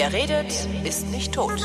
Wer redet, ist nicht tot.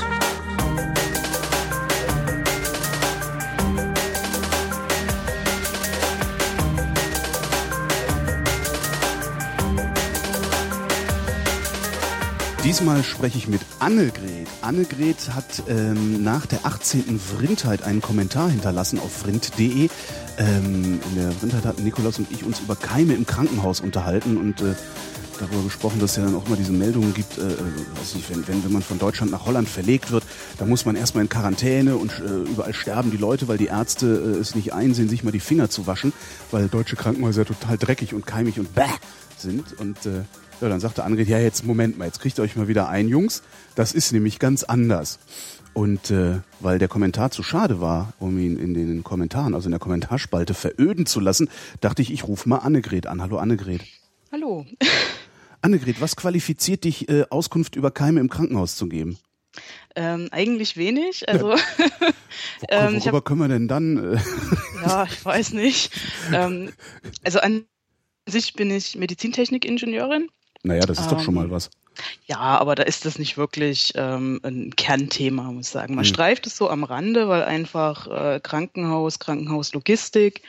Diesmal spreche ich mit Annegret. Annegret hat nach der 18. Vrindheit einen Kommentar hinterlassen auf vrind.de. In der Vrindheit hatten Nikolaus und ich uns über Keime im Krankenhaus unterhalten und darüber gesprochen, dass es ja dann auch mal diese Meldungen gibt, wenn man von Deutschland nach Holland verlegt wird, da muss man erstmal in Quarantäne und überall sterben die Leute, weil die Ärzte es nicht einsehen, sich mal die Finger zu waschen, weil deutsche Krankenhäuser total dreckig und keimig und bäh sind. Und ja, dann sagte Annegret, ja jetzt Moment mal, jetzt kriegt ihr euch mal wieder ein, Jungs, das ist nämlich ganz anders. Und weil der Kommentar zu schade war, um ihn in den Kommentaren, also in der Kommentarspalte veröden zu lassen, dachte ich rufe mal Annegret an. Hallo Annegret. Hallo. Annegret, was qualifiziert dich, Auskunft über Keime im Krankenhaus zu geben? Eigentlich wenig. Also worüber können wir denn dann? Ja, ich weiß nicht. Also an sich bin ich Medizintechnik-Ingenieurin. Naja, das ist doch schon mal was. Ja, aber da ist das nicht wirklich ein Kernthema, muss ich sagen. Man streift es so am Rande, weil einfach Krankenhauslogistik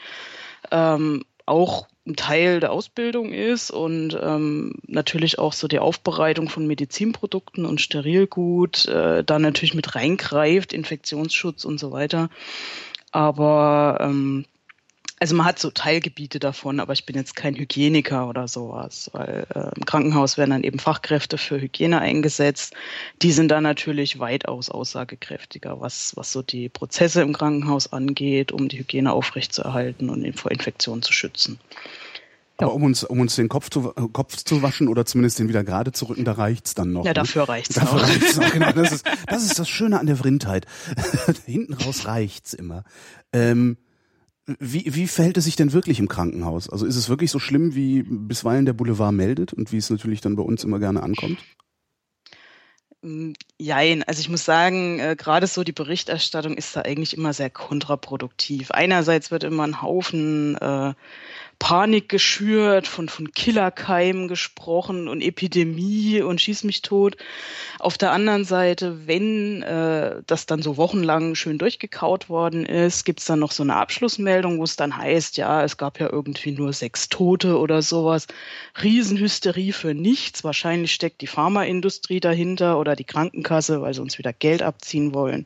auch ein Teil der Ausbildung ist und natürlich auch so die Aufbereitung von Medizinprodukten und Sterilgut da natürlich mit reingreift, Infektionsschutz und so weiter. Aber also man hat so Teilgebiete davon, aber ich bin jetzt kein Hygieniker oder sowas, weil im Krankenhaus werden dann eben Fachkräfte für Hygiene eingesetzt. Die sind dann natürlich weitaus aussagekräftiger, was so die Prozesse im Krankenhaus angeht, um die Hygiene aufrechtzuerhalten und vor Infektionen zu schützen. Ja. Aber um uns den Kopf zu waschen oder zumindest den wieder gerade zu rücken, da reicht's dann noch. Ja, dafür reicht's noch. Genau, das ist das Schöne an der Vrindheit. Hinten raus reicht's immer. Wie verhält es sich denn wirklich im Krankenhaus? Also ist es wirklich so schlimm, wie bisweilen der Boulevard meldet und wie es natürlich dann bei uns immer gerne ankommt? Jein, also ich muss sagen, gerade so die Berichterstattung ist da eigentlich immer sehr kontraproduktiv. Einerseits wird immer ein Haufen Panik geschürt, von Killerkeimen gesprochen und Epidemie und schieß mich tot. Auf der anderen Seite, wenn das dann so wochenlang schön durchgekaut worden ist, gibt's dann noch so eine Abschlussmeldung, wo es dann heißt, ja, es gab ja irgendwie nur 6 Tote oder sowas. Riesenhysterie für nichts. Wahrscheinlich steckt die Pharmaindustrie dahinter oder die Krankenkasse, weil sie uns wieder Geld abziehen wollen.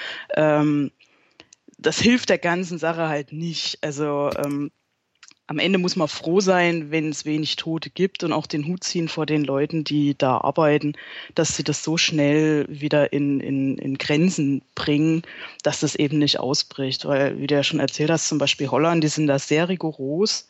Das hilft der ganzen Sache halt nicht. Also am Ende muss man froh sein, wenn es wenig Tote gibt und auch den Hut ziehen vor den Leuten, die da arbeiten, dass sie das so schnell wieder in Grenzen bringen, dass das eben nicht ausbricht. Weil, wie du ja schon erzählt hast, zum Beispiel Holland, die sind da sehr rigoros,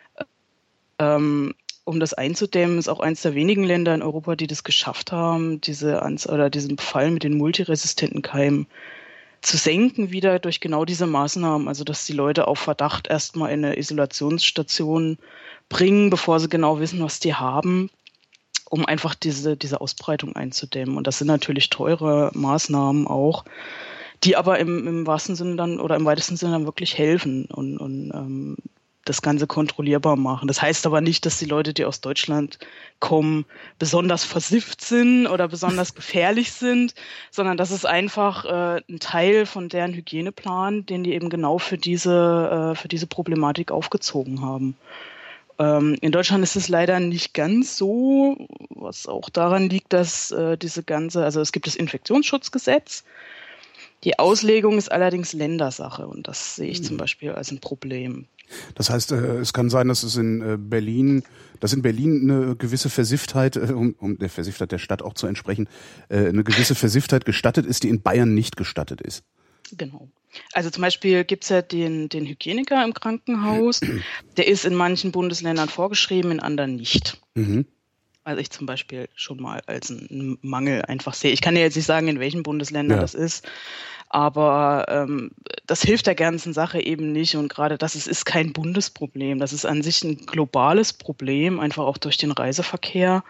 um das einzudämmen. Ist auch eines der wenigen Länder in Europa, die das geschafft haben, diesen Fall mit den multiresistenten Keimen zu senken wieder durch genau diese Maßnahmen, also dass die Leute auf Verdacht erstmal in eine Isolationsstation bringen, bevor sie genau wissen, was die haben, um einfach diese Ausbreitung einzudämmen. Und das sind natürlich teure Maßnahmen auch, die aber im wahrsten Sinne dann oder im weitesten Sinne dann wirklich helfen und das Ganze kontrollierbar machen. Das heißt aber nicht, dass die Leute, die aus Deutschland kommen, besonders versifft sind oder besonders gefährlich sind, sondern das ist einfach ein Teil von deren Hygieneplan, den die eben genau für diese Problematik aufgezogen haben. In Deutschland ist es leider nicht ganz so, was auch daran liegt, dass also es gibt das Infektionsschutzgesetz. Die Auslegung ist allerdings Ländersache und das sehe ich zum Beispiel als ein Problem. Das heißt, es kann sein, dass in Berlin eine gewisse Versifftheit, um der Versifftheit der Stadt auch zu entsprechen, eine gewisse Versifftheit gestattet ist, die in Bayern nicht gestattet ist. Genau. Also zum Beispiel gibt's ja den Hygieniker im Krankenhaus, der ist in manchen Bundesländern vorgeschrieben, in anderen nicht. Mhm. Also ich zum Beispiel schon mal als einen Mangel einfach sehe. Ich kann ja jetzt nicht sagen, in welchen Bundesländern das ist, aber das hilft der ganzen Sache eben nicht und gerade das ist kein Bundesproblem. Das ist an sich ein globales Problem, einfach auch durch den Reiseverkehr.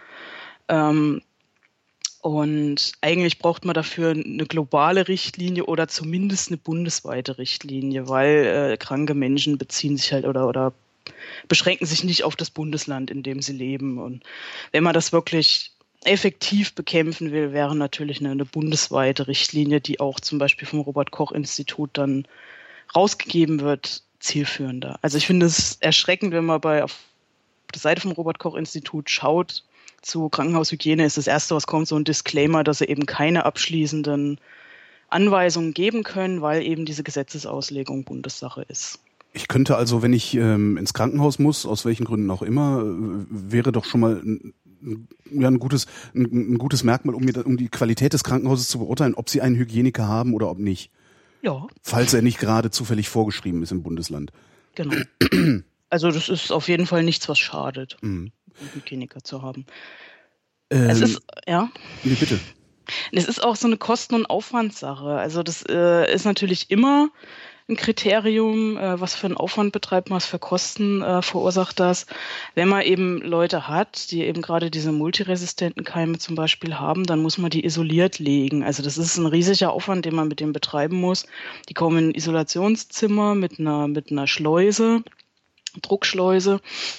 Und eigentlich braucht man dafür eine globale Richtlinie oder zumindest eine bundesweite Richtlinie, weil kranke Menschen beziehen sich halt oder beschränken sich nicht auf das Bundesland, in dem sie leben. Und wenn man das wirklich effektiv bekämpfen will, wäre natürlich eine bundesweite Richtlinie, die auch zum Beispiel vom Robert-Koch-Institut dann rausgegeben wird, zielführender. Also ich finde es erschreckend, wenn man auf der Seite vom Robert-Koch-Institut schaut, zu Krankenhaushygiene ist das Erste, was kommt, so ein Disclaimer, dass sie eben keine abschließenden Anweisungen geben können, weil eben diese Gesetzesauslegung Bundessache ist. Ich könnte also, wenn ich ins Krankenhaus muss, aus welchen Gründen auch immer, wäre doch schon mal ein gutes Merkmal, um die Qualität des Krankenhauses zu beurteilen, ob sie einen Hygieniker haben oder ob nicht. Ja. Falls er nicht gerade zufällig vorgeschrieben ist im Bundesland. Genau. Also das ist auf jeden Fall nichts, was schadet, einen Hygieniker zu haben. Es ist, ja. Nee, bitte. Es ist auch so eine Kosten- und Aufwandssache. Also das ist natürlich immer ein Kriterium, was für einen Aufwand betreibt man, was für Kosten verursacht das. Wenn man eben Leute hat, die eben gerade diese multiresistenten Keime zum Beispiel haben, dann muss man die isoliert legen. Also das ist ein riesiger Aufwand, den man mit dem betreiben muss. Die kommen in ein Isolationszimmer mit einer Schleuse, Druckschleuse.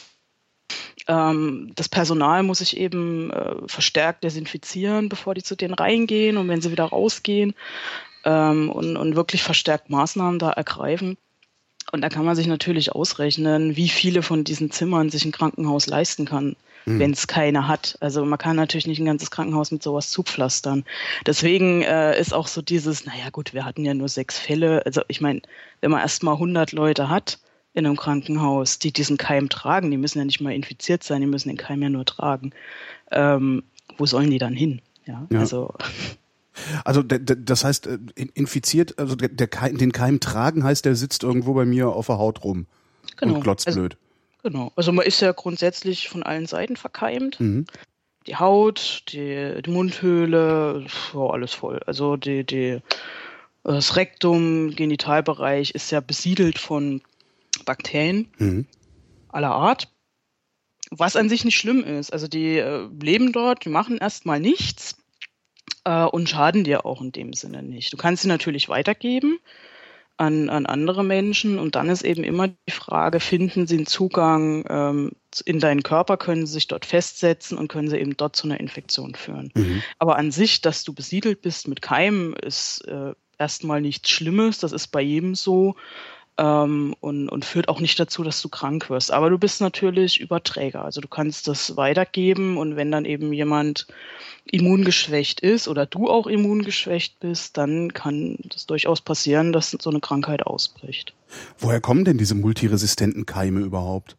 Das Personal muss sich eben verstärkt desinfizieren, bevor die zu denen reingehen und wenn sie wieder rausgehen und wirklich verstärkt Maßnahmen da ergreifen. Und da kann man sich natürlich ausrechnen, wie viele von diesen Zimmern sich ein Krankenhaus leisten kann, wenn es keine hat. Also man kann natürlich nicht ein ganzes Krankenhaus mit sowas zupflastern. Deswegen ist auch so dieses, naja gut, wir hatten ja nur 6 Fälle. Also ich meine, wenn man erst mal 100 Leute hat, in einem Krankenhaus, die diesen Keim tragen, die müssen ja nicht mal infiziert sein, die müssen den Keim ja nur tragen. Wo sollen die dann hin? Ja. Also das heißt, infiziert, also den Keim tragen heißt, der sitzt irgendwo bei mir auf der Haut rum und glotzt blöd. Genau. Also man ist ja grundsätzlich von allen Seiten verkeimt. Die Haut, die Mundhöhle, alles voll. Also das Rektum, Genitalbereich ist ja besiedelt von Bakterien aller Art, was an sich nicht schlimm ist. Also die leben dort, die machen erstmal nichts und schaden dir auch in dem Sinne nicht. Du kannst sie natürlich weitergeben an andere Menschen und dann ist eben immer die Frage, finden sie einen Zugang in deinen Körper, können sie sich dort festsetzen und können sie eben dort zu einer Infektion führen. Aber an sich, dass du besiedelt bist mit Keimen, ist erstmal nichts Schlimmes, das ist bei jedem so. Und führt auch nicht dazu, dass du krank wirst. Aber du bist natürlich Überträger. Also du kannst das weitergeben und wenn dann eben jemand immungeschwächt ist oder du auch immungeschwächt bist, dann kann das durchaus passieren, dass so eine Krankheit ausbricht. Woher kommen denn diese multiresistenten Keime überhaupt?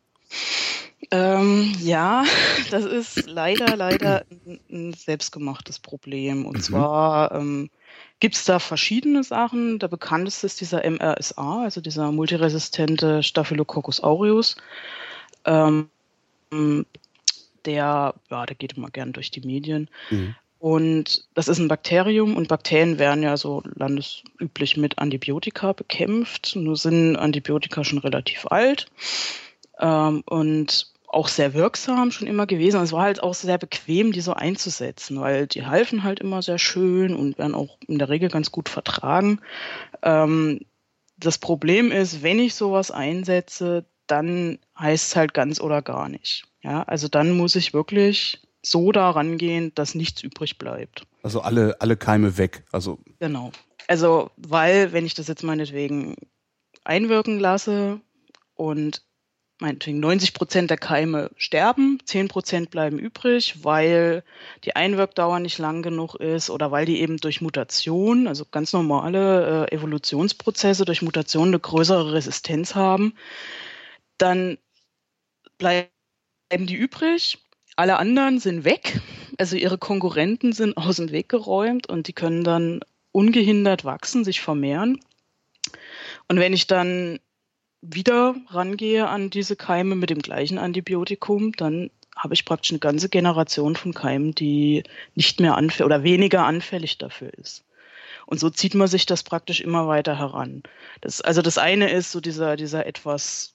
Ja, das ist leider ein selbstgemachtes Problem. Und zwar gibt es da verschiedene Sachen. Der bekannteste ist dieser MRSA, also dieser multiresistente Staphylococcus aureus. Der geht immer gern durch die Medien. Und das ist ein Bakterium und Bakterien werden ja so landesüblich mit Antibiotika bekämpft. Nur sind Antibiotika schon relativ alt und auch sehr wirksam schon immer gewesen. Und es war halt auch sehr bequem, die so einzusetzen, weil die halfen halt immer sehr schön und werden auch in der Regel ganz gut vertragen. Das Problem ist, wenn ich sowas einsetze, dann heißt es halt ganz oder gar nicht. Ja, also dann muss ich wirklich so da rangehen, dass nichts übrig bleibt. Also alle Keime weg. Also genau. Also weil, wenn ich das jetzt meinetwegen einwirken lasse und meinetwegen 90% der Keime sterben, 10% bleiben übrig, weil die Einwirkdauer nicht lang genug ist oder weil die eben durch Mutation, also ganz normale Evolutionsprozesse, durch Mutation eine größere Resistenz haben, dann bleiben die übrig. Alle anderen sind weg, also ihre Konkurrenten sind aus dem Weg geräumt und die können dann ungehindert wachsen, sich vermehren. Und wenn ich dann wieder rangehe an diese Keime mit dem gleichen Antibiotikum, dann habe ich praktisch eine ganze Generation von Keimen, die nicht mehr oder weniger anfällig dafür ist. Und so zieht man sich das praktisch immer weiter heran. Das eine ist so dieser etwas,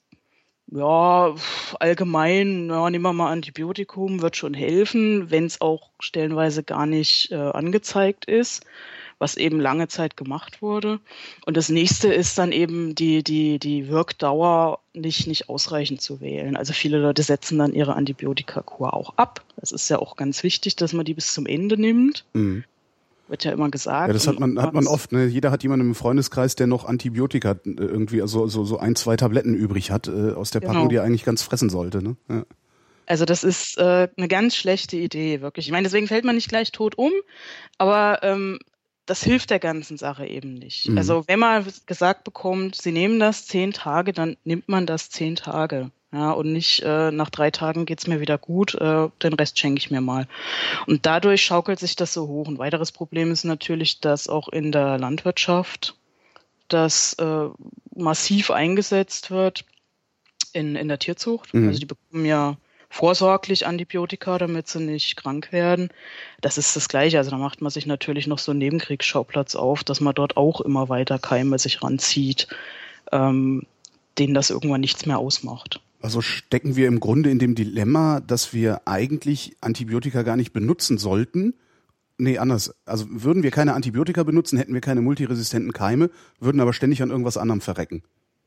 allgemein, nehmen wir mal Antibiotikum, wird schon helfen, wenn es auch stellenweise gar nicht angezeigt ist. was eben lange Zeit gemacht wurde. Und das nächste ist dann eben die Wirkdauer nicht ausreichend zu wählen. Also viele Leute setzen dann ihre Antibiotikakur auch ab. Es ist ja auch ganz wichtig, dass man die bis zum Ende nimmt. Mhm. Wird ja immer gesagt. Ja, das hat man oft. Ne? Jeder hat jemanden im Freundeskreis, der noch Antibiotika irgendwie, also so 1-2 Tabletten übrig hat aus der Packung, die er eigentlich ganz fressen sollte. Ne? Ja. Also das ist eine ganz schlechte Idee, wirklich. Ich meine, deswegen fällt man nicht gleich tot um, aber das hilft der ganzen Sache eben nicht. Mhm. Also wenn man gesagt bekommt, Sie nehmen das 10 Tage, dann nimmt man das 10 Tage. Ja, und nicht nach 3 Tagen geht's mir wieder gut, den Rest schenke ich mir mal. Und dadurch schaukelt sich das so hoch. Ein weiteres Problem ist natürlich, dass auch in der Landwirtschaft das massiv eingesetzt wird in der Tierzucht. Mhm. Also die bekommen ja vorsorglich Antibiotika, damit sie nicht krank werden. Das ist das Gleiche. Also da macht man sich natürlich noch so einen Nebenkriegsschauplatz auf, dass man dort auch immer weiter Keime sich ranzieht, denen das irgendwann nichts mehr ausmacht. Also stecken wir im Grunde in dem Dilemma, dass wir eigentlich Antibiotika gar nicht benutzen sollten. Nee, anders. Also würden wir keine Antibiotika benutzen, hätten wir keine multiresistenten Keime, würden aber ständig an irgendwas anderem verrecken.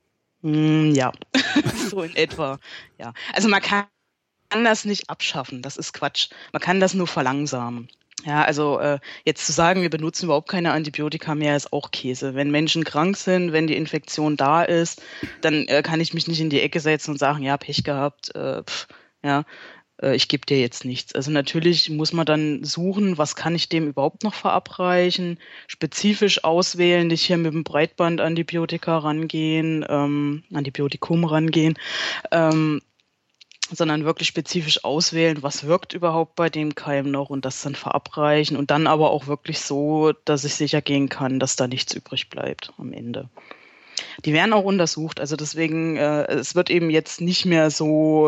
Ja, so in etwa. Ja, also man kann das nicht abschaffen, das ist Quatsch. Man kann das nur verlangsamen. Ja, also jetzt zu sagen, wir benutzen überhaupt keine Antibiotika mehr, ist auch Käse. Wenn Menschen krank sind, wenn die Infektion da ist, dann kann ich mich nicht in die Ecke setzen und sagen, ja, Pech gehabt, ich gebe dir jetzt nichts. Also natürlich muss man dann suchen, was kann ich dem überhaupt noch verabreichen, spezifisch auswählen, nicht hier mit dem Breitband-Antibiotika Antibiotikum rangehen, sondern wirklich spezifisch auswählen, was wirkt überhaupt bei dem Keim noch und das dann verabreichen und dann aber auch wirklich so, dass ich sicher gehen kann, dass da nichts übrig bleibt am Ende. Die werden auch untersucht, also deswegen, es wird eben jetzt nicht mehr so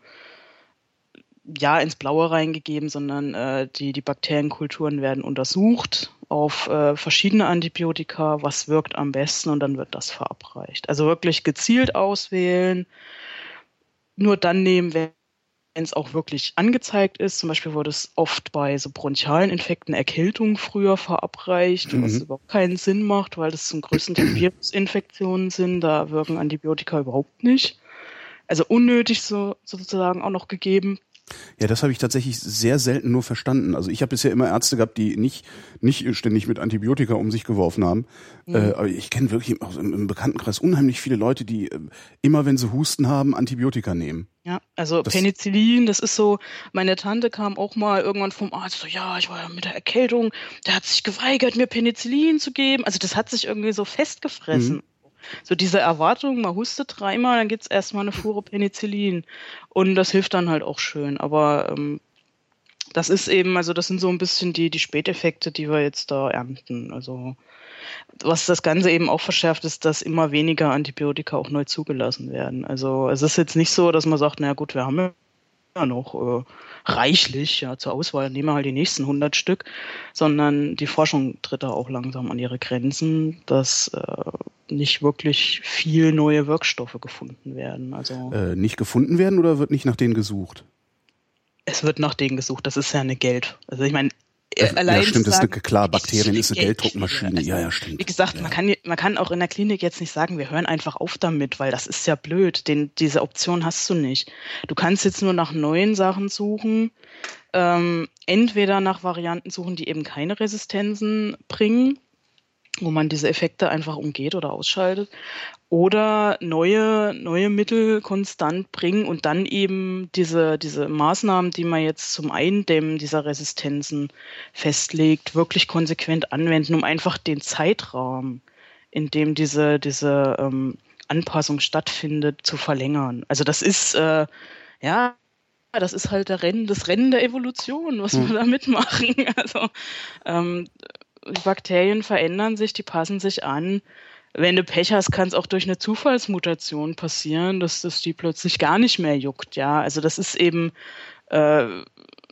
ins Blaue reingegeben, sondern die Bakterienkulturen werden untersucht auf verschiedene Antibiotika, was wirkt am besten und dann wird das verabreicht. Also wirklich gezielt auswählen, nur dann nehmen, wenn es auch wirklich angezeigt ist. Zum Beispiel wurde es oft bei so bronchialen Infekten, Erkältung früher verabreicht, was überhaupt keinen Sinn macht, weil das zum größten Teil Virusinfektionen sind. Da wirken Antibiotika überhaupt nicht. Also unnötig sozusagen auch noch gegeben. Ja, das habe ich tatsächlich sehr selten nur verstanden. Also ich habe bisher immer Ärzte gehabt, die nicht ständig mit Antibiotika um sich geworfen haben. Aber ich kenne wirklich auch im Bekanntenkreis unheimlich viele Leute, die immer, wenn sie Husten haben, Antibiotika nehmen. Ja, also Penicillin, das ist so, meine Tante kam auch mal irgendwann vom Arzt, so, ja, ich war ja mit der Erkältung, der hat sich geweigert, mir Penicillin zu geben. Also das hat sich irgendwie so festgefressen. So diese Erwartung, man hustet 3-mal, dann gibt's erstmal eine Fuhre Penicillin. Und das hilft dann halt auch schön. Aber das ist eben, also das sind so ein bisschen die Späteffekte, die wir jetzt da ernten. Also was das Ganze eben auch verschärft, ist, dass immer weniger Antibiotika auch neu zugelassen werden. Also es ist jetzt nicht so, dass man sagt, na gut, wir haben ja noch reichlich zur Auswahl, nehmen wir halt die nächsten 100 Stück, sondern die Forschung tritt da auch langsam an ihre Grenzen, dass nicht wirklich viel neue Wirkstoffe gefunden werden. Also nicht gefunden werden oder wird nicht nach denen gesucht? Es wird nach denen gesucht, das ist ja eine Geld. Also ich meine, allein ja, stimmt, das ist klar, Bakterien ist eine Gelddruckmaschine. Also, ja, stimmt. Wie gesagt, man kann auch in der Klinik jetzt nicht sagen, wir hören einfach auf damit, weil das ist ja blöd. Diese Option hast du nicht. Du kannst jetzt nur nach neuen Sachen suchen, entweder nach Varianten suchen, die eben keine Resistenzen bringen, wo man diese Effekte einfach umgeht oder ausschaltet, oder neue Mittel konstant bringen und dann eben diese Maßnahmen, die man jetzt zum Eindämmen dieser Resistenzen festlegt, wirklich konsequent anwenden, um einfach den Zeitrahmen, in dem diese Anpassung stattfindet, zu verlängern. Also das ist das ist halt das Rennen der Evolution, was wir da mitmachen. Also die Bakterien verändern sich, die passen sich an. Wenn du Pech hast, kann es auch durch eine Zufallsmutation passieren, dass das die plötzlich gar nicht mehr juckt. Ja, also das ist eben der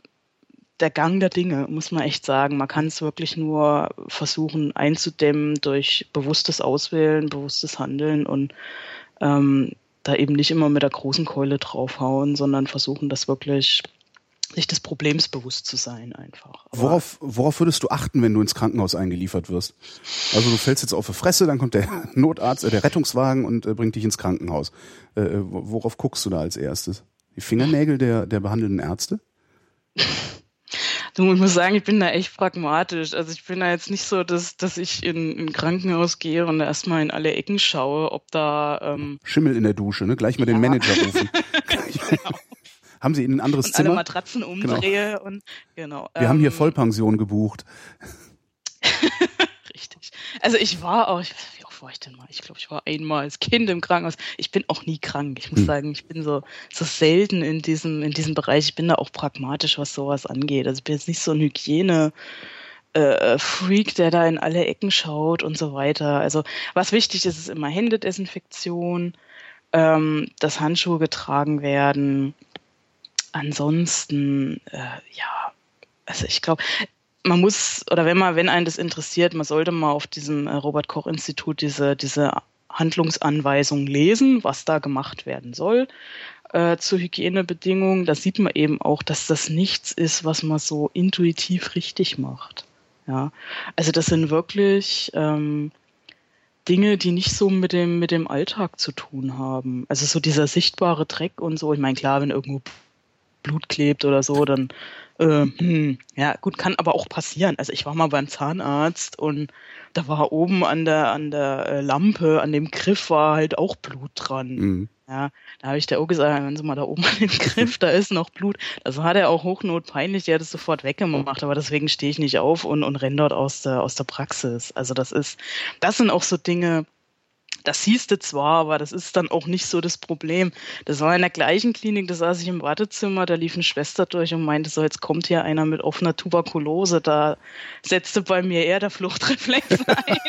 Gang der Dinge, muss man echt sagen. Man kann es wirklich nur versuchen einzudämmen durch bewusstes Auswählen, bewusstes Handeln und da eben nicht immer mit der großen Keule draufhauen, sondern versuchen, das wirklich sich des Problems bewusst zu sein einfach. Aber Worauf würdest du achten, wenn du ins Krankenhaus eingeliefert wirst? Also du fällst jetzt auf die Fresse, dann kommt der Notarzt, der Rettungswagen und bringt dich ins Krankenhaus. Worauf guckst du da als erstes? Die Fingernägel der behandelnden Ärzte? Du, ich muss sagen, ich bin da echt pragmatisch. Also ich bin da jetzt nicht so, dass ich in ein Krankenhaus gehe und erstmal in alle Ecken schaue, ob da Schimmel in der Dusche, ne? Gleich mal den Manager rufen. Genau. Haben Sie ein anderes Und Zimmer? alle Matratzen umdrehe Genau. Und genau. Wir haben hier Vollpension gebucht. Richtig. Also ich war auch, wie oft war ich denn mal? Ich glaube, ich war einmal als Kind im Krankenhaus. Ich bin auch nie krank. Ich muss sagen, ich bin so selten in diesem Bereich. Ich bin da auch pragmatisch, was sowas angeht. Also ich bin jetzt nicht so ein Hygiene Freak, der da in alle Ecken schaut und so weiter. Also was wichtig ist, ist immer Händedesinfektion, dass Handschuhe getragen werden. Ansonsten, also ich glaube, man muss, oder wenn einen das interessiert, man sollte mal auf diesem Robert-Koch-Institut diese Handlungsanweisung lesen, was da gemacht werden soll zu Hygienebedingungen. Da sieht man eben auch, dass das nichts ist, was man so intuitiv richtig macht. Ja, also das sind wirklich Dinge, die nicht so mit dem Alltag zu tun haben. Also so dieser sichtbare Dreck und so. Ich meine, klar, wenn irgendwo Blut klebt oder so, dann ja gut, kann aber auch passieren. Also ich war mal beim Zahnarzt und da war oben an der Lampe, an dem Griff war halt auch Blut dran. Mhm. Ja, da habe ich der auch gesagt, wenn Sie mal da oben an dem Griff, da ist noch Blut. Das hat er auch hochnotpeinlich, der hat es sofort weggemacht, aber deswegen stehe ich nicht auf und renne dort aus der Praxis. Also das sind auch so Dinge, das siehst du zwar, aber das ist dann auch nicht so das Problem. Das war in der gleichen Klinik, da saß ich im Wartezimmer, da lief eine Schwester durch und meinte so, jetzt kommt hier einer mit offener Tuberkulose, da setzte bei mir eher der Fluchtreflex ein.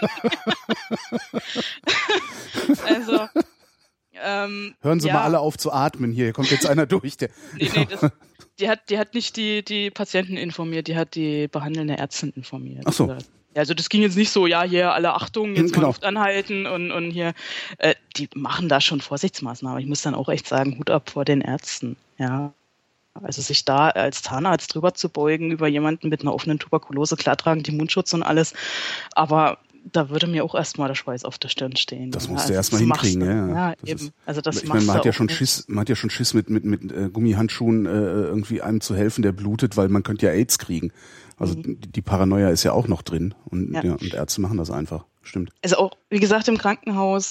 Also, hören Sie mal alle auf zu atmen hier kommt jetzt einer durch. Die hat nicht die Patienten informiert, die hat die behandelnde Ärztin informiert. Ach so. Also das ging jetzt nicht so, ja, hier alle Achtung, jetzt mal Luft anhalten und hier, die machen da schon Vorsichtsmaßnahmen. Ich muss dann auch echt sagen, Hut ab vor den Ärzten, ja. Also sich da als Zahnarzt drüber zu beugen über jemanden mit einer offenen Tuberkulose, klar tragen die Mundschutz und alles, aber da würde mir auch erstmal der Schweiß auf der Stirn stehen. Das musst du erstmal hinkriegen, ja. Eben. Also das ich meine, man hat ja schon Schiss mit Gummihandschuhen irgendwie einem zu helfen, der blutet, weil man könnte ja AIDS kriegen. Also die Paranoia ist ja auch noch drin und Ärzte machen das einfach. Stimmt. Also auch, wie gesagt, im Krankenhaus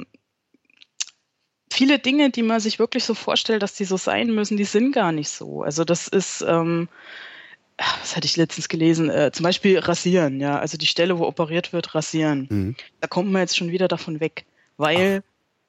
viele Dinge, die man sich wirklich so vorstellt, dass die so sein müssen, die sind gar nicht so. Also das ist was hatte ich letztens gelesen? Zum Beispiel rasieren, ja. Also die Stelle, wo operiert wird, rasieren. Mhm. Da kommt man jetzt schon wieder davon weg, weil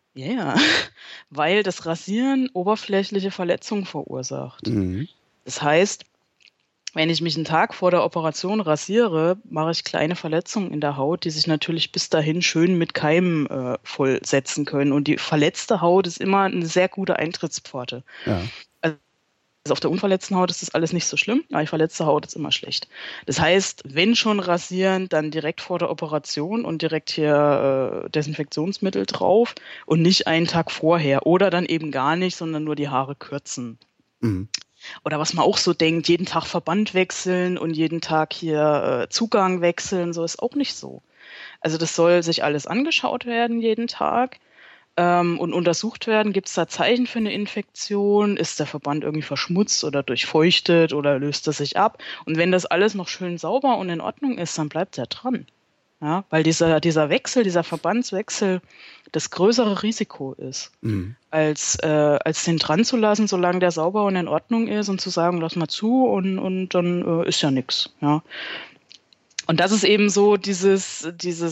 weil das Rasieren oberflächliche Verletzungen verursacht. Mhm. Das heißt, wenn ich mich einen Tag vor der Operation rasiere, mache ich kleine Verletzungen in der Haut, die sich natürlich bis dahin schön mit Keimen vollsetzen können. Und die verletzte Haut ist immer eine sehr gute Eintrittspforte. Ja. Also auf der unverletzten Haut ist das alles nicht so schlimm, aber die verletzte Haut ist immer schlecht. Das heißt, wenn schon rasieren, dann direkt vor der Operation und direkt hier Desinfektionsmittel drauf und nicht einen Tag vorher. Oder dann eben gar nicht, sondern nur die Haare kürzen. Mhm. Oder was man auch so denkt, jeden Tag Verband wechseln und jeden Tag hier Zugang wechseln, so ist auch nicht so. Also das soll sich alles angeschaut werden jeden Tag und untersucht werden. Gibt es da Zeichen für eine Infektion? Ist der Verband irgendwie verschmutzt oder durchfeuchtet oder löst er sich ab? Und wenn das alles noch schön sauber und in Ordnung ist, dann bleibt er dran. Ja, weil dieser Wechsel, dieser Verbandswechsel das größere Risiko ist, als den dran zu lassen, solange der sauber und in Ordnung ist und zu sagen, lass mal zu und dann ist ja nichts. Ja. Und das ist eben so dieses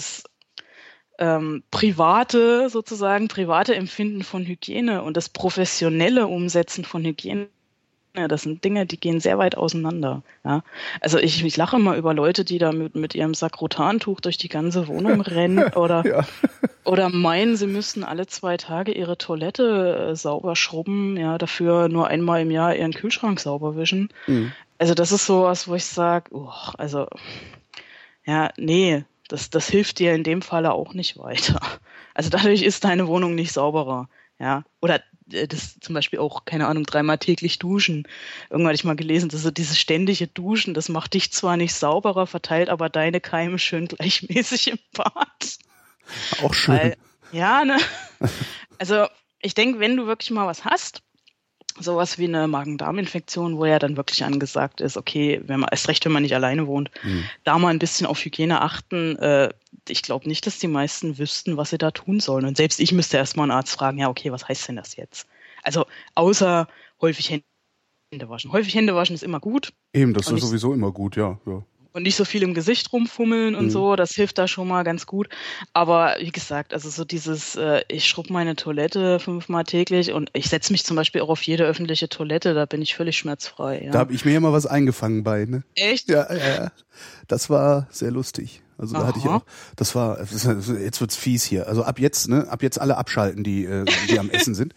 private Empfinden von Hygiene und das professionelle Umsetzen von Hygiene. Das sind Dinge, die gehen sehr weit auseinander. Ja. Also ich lache immer über Leute, die da mit ihrem Sakrotantuch durch die ganze Wohnung rennen oder meinen, sie müssten alle 2 Tage ihre Toilette sauber schrubben, ja, dafür nur einmal im Jahr ihren Kühlschrank sauber wischen. Mhm. Also das ist sowas, wo ich sage, das hilft dir in dem Falle auch nicht weiter. Also dadurch ist deine Wohnung nicht sauberer. Ja, oder das zum Beispiel auch, keine Ahnung, 3-mal täglich duschen. Irgendwann hatte ich mal gelesen, dass so dieses ständige Duschen, das macht dich zwar nicht sauberer, verteilt aber deine Keime schön gleichmäßig im Bad. Auch schön. Ja, ne? Also ich denke, wenn du wirklich mal was hast, sowas wie eine Magen-Darm-Infektion, wo ja dann wirklich angesagt ist, okay, erst recht, wenn man nicht alleine wohnt, da mal ein bisschen auf Hygiene achten. Ich glaube nicht, dass die meisten wüssten, was sie da tun sollen. Und selbst ich müsste erstmal einen Arzt fragen, ja, okay, was heißt denn das jetzt? Also außer häufig Hände waschen. Häufig Hände waschen ist immer gut. Eben, das ist sowieso immer gut, ja. Und nicht so viel im Gesicht rumfummeln und so, das hilft da schon mal ganz gut. Aber wie gesagt, also so dieses, ich schrubbe meine Toilette 5-mal täglich und ich setze mich zum Beispiel auch auf jede öffentliche Toilette, da bin ich völlig schmerzfrei. Ja. Da habe ich mir ja mal was eingefangen bei, ne? Echt? Ja. Das war sehr lustig. Also da hatte ich auch, jetzt wird's fies hier. Also ab jetzt alle abschalten, die am Essen sind.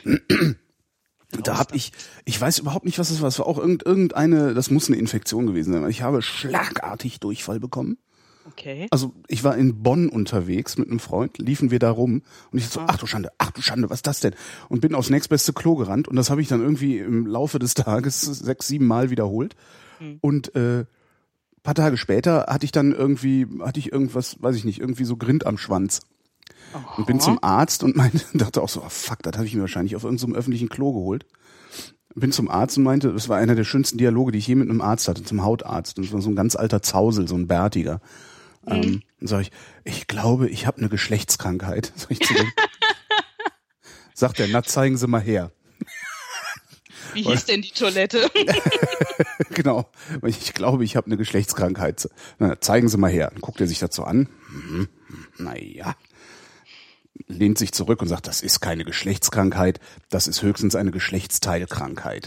Da habe ich weiß überhaupt nicht, was es war. Es war auch irgendeine, das muss eine Infektion gewesen sein. Ich habe schlagartig Durchfall bekommen. Okay. Also ich war in Bonn unterwegs mit einem Freund, liefen wir da rum und ich so, ach du Schande, was ist das denn? Und bin aufs nächstbeste Klo gerannt und das habe ich dann irgendwie im Laufe des Tages 6-7 Mal wiederholt. Und paar Tage später hatte ich irgendwas, weiß ich nicht, irgendwie so Grind am Schwanz. Und bin zum Arzt und dachte auch so, oh fuck, das habe ich mir wahrscheinlich auf irgendeinem öffentlichen Klo geholt. Bin zum Arzt und meinte, das war einer der schönsten Dialoge, die ich je mit einem Arzt hatte, zum Hautarzt. Und das war so ein ganz alter Zausel, so ein Bärtiger. Und sag ich glaube, ich habe eine Geschlechtskrankheit. Sag ich zu dem. Sagt er, na zeigen Sie mal her. Wie hieß denn die Toilette? Genau, ich glaube, ich habe eine Geschlechtskrankheit. Na, zeigen Sie mal her. Dann guckt er sich dazu an. Naja. Lehnt sich zurück und sagt, das ist keine Geschlechtskrankheit, das ist höchstens eine Geschlechtsteilkrankheit.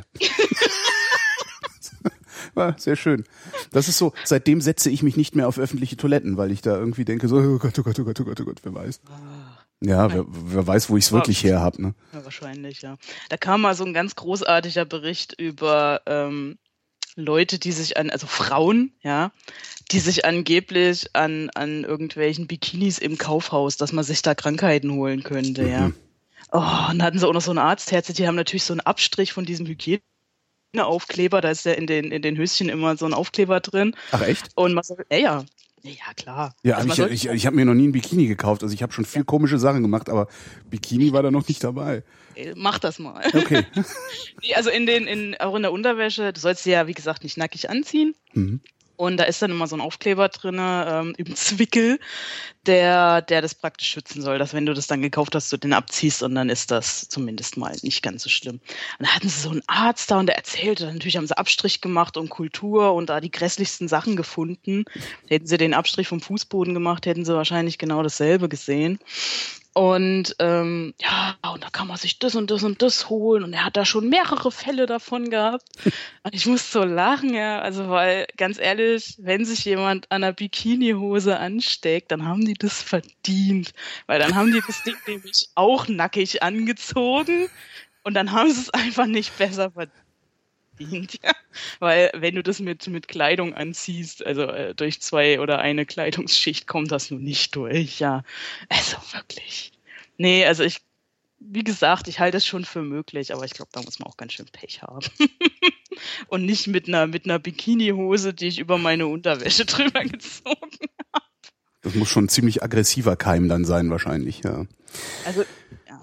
War sehr schön. Das ist so, seitdem setze ich mich nicht mehr auf öffentliche Toiletten, weil ich da irgendwie denke, so, oh Gott, wer weiß. Ja, wer weiß, wo ich es wirklich her habe. Ne? Ja, wahrscheinlich, ja. Da kam mal so ein ganz großartiger Bericht über Leute, also Frauen, ja, die sich angeblich an irgendwelchen Bikinis im Kaufhaus, dass man sich da Krankheiten holen könnte, ja. Oh, und dann hatten sie auch noch so einen Arztherz, die haben natürlich so einen Abstrich von diesem Hygieneaufkleber, da ist ja in den Höschen immer so ein Aufkleber drin. Ach echt? Und man sagt, ja, klar. Ja, also ich habe mir noch nie ein Bikini gekauft, also ich habe schon viel komische Sachen gemacht, aber Bikini war da noch nicht dabei. Mach das mal. Okay. Also auch in der Unterwäsche, du sollst sie ja, wie gesagt, nicht nackig anziehen. Und da ist dann immer so ein Aufkleber drin, im Zwickel, der das praktisch schützen soll, dass wenn du das dann gekauft hast, du den abziehst und dann ist das zumindest mal nicht ganz so schlimm. Und da hatten sie so einen Arzt da und der erzählte, natürlich haben sie Abstrich gemacht und Kultur und da die grässlichsten Sachen gefunden. Hätten sie den Abstrich vom Fußboden gemacht, hätten sie wahrscheinlich genau dasselbe gesehen. Und und da kann man sich das und das und das holen und er hat da schon mehrere Fälle davon gehabt. Und ich muss so lachen, ja, also weil ganz ehrlich, wenn sich jemand an einer Bikinihose ansteckt, dann haben die das verdient, weil dann haben die das Ding nämlich auch nackig angezogen und dann haben sie es einfach nicht besser verdient, ja. Weil wenn du das mit Kleidung anziehst, also durch 2 oder eine Kleidungsschicht kommt das nur nicht durch, ja. Also wirklich. Nee, also wie gesagt, ich halte es schon für möglich, aber ich glaube, da muss man auch ganz schön Pech haben. Und nicht mit einer Bikinihose, die ich über meine Unterwäsche drüber gezogen habe. Das muss schon ein ziemlich aggressiver Keim dann sein wahrscheinlich, ja. Also, ja.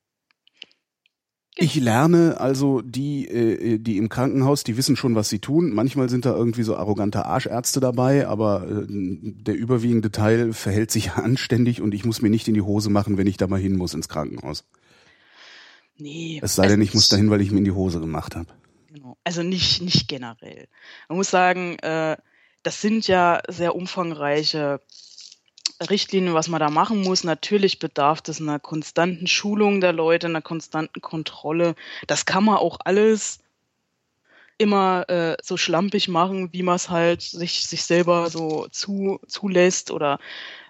Ich lerne also die im Krankenhaus, die wissen schon, was sie tun. Manchmal sind da irgendwie so arrogante Arschärzte dabei, aber der überwiegende Teil verhält sich anständig und ich muss mir nicht in die Hose machen, wenn ich da mal hin muss ins Krankenhaus. Nee. Es sei denn, ich muss dahin, weil ich mir in die Hose gemacht habe. Genau. Also nicht generell. Man muss sagen, das sind ja sehr umfangreiche Richtlinien, was man da machen muss. Natürlich bedarf es einer konstanten Schulung der Leute, einer konstanten Kontrolle. Das kann man auch alles immer so schlampig machen, wie man es halt sich selber so zulässt oder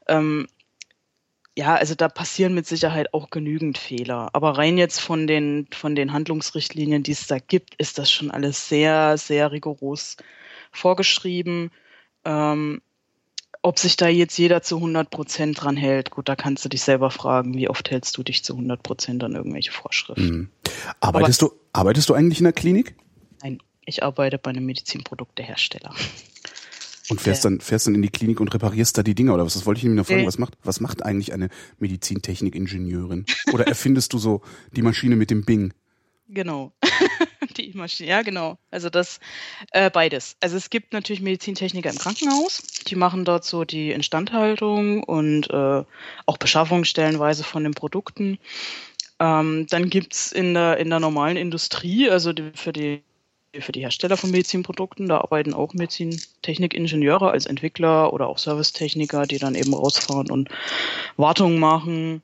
also da passieren mit Sicherheit auch genügend Fehler. Aber rein jetzt von den Handlungsrichtlinien, die es da gibt, ist das schon alles sehr, sehr rigoros vorgeschrieben. Ob sich da jetzt jeder zu 100% dran hält, gut, da kannst du dich selber fragen, wie oft hältst du dich zu 100% an irgendwelche Vorschriften. Arbeitest du eigentlich in der Klinik? Nein, ich arbeite bei einem Medizinproduktehersteller. Und fährst dann in die Klinik und reparierst da die Dinger oder was? Das wollte ich nämlich noch fragen. Was macht eigentlich eine Medizintechnik-Ingenieurin? Oder erfindest du so die Maschine mit dem Bing? Genau. Die Maschine, ja genau. Also das beides. Also es gibt natürlich Medizintechniker im Krankenhaus, die machen dort so die Instandhaltung und auch Beschaffung stellenweise von den Produkten. Dann gibt's in der normalen Industrie, also für die Hersteller von Medizinprodukten, da arbeiten auch Medizintechnik-Ingenieure als Entwickler oder auch Servicetechniker, die dann eben rausfahren und Wartung machen.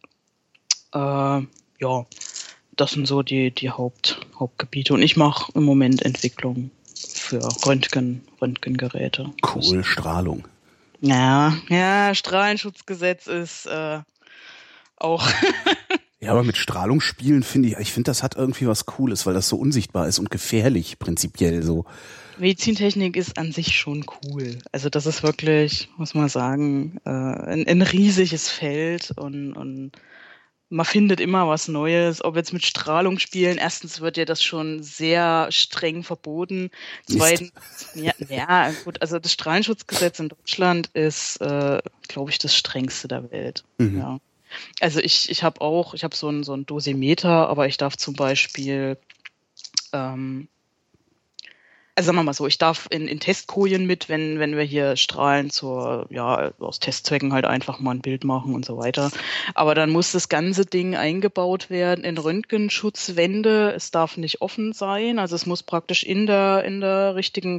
Ja, das sind so die Hauptgebiete. Und ich mache im Moment Entwicklung für Röntgengeräte. Cool, Strahlung. Ja, Strahlenschutzgesetz ist auch... Ja, aber mit Strahlung spielen finde das hat irgendwie was Cooles, weil das so unsichtbar ist und gefährlich prinzipiell so. Medizintechnik ist an sich schon cool. Also das ist wirklich, muss man sagen, ein riesiges Feld und man findet immer was Neues. Ob jetzt mit Strahlung spielen, erstens wird ja das schon sehr streng verboten. Zweitens, ja gut, also das Strahlenschutzgesetz in Deutschland ist, glaube ich, das strengste der Welt. Mhm. Ja. Also ich habe so ein Dosimeter, aber ich darf zum Beispiel, also sagen wir mal so, ich darf in Testkojen mit, wenn wir hier strahlen aus Testzwecken halt einfach mal ein Bild machen und so weiter. Aber dann muss das ganze Ding eingebaut werden in Röntgenschutzwände. Es darf nicht offen sein, also es muss praktisch in der richtigen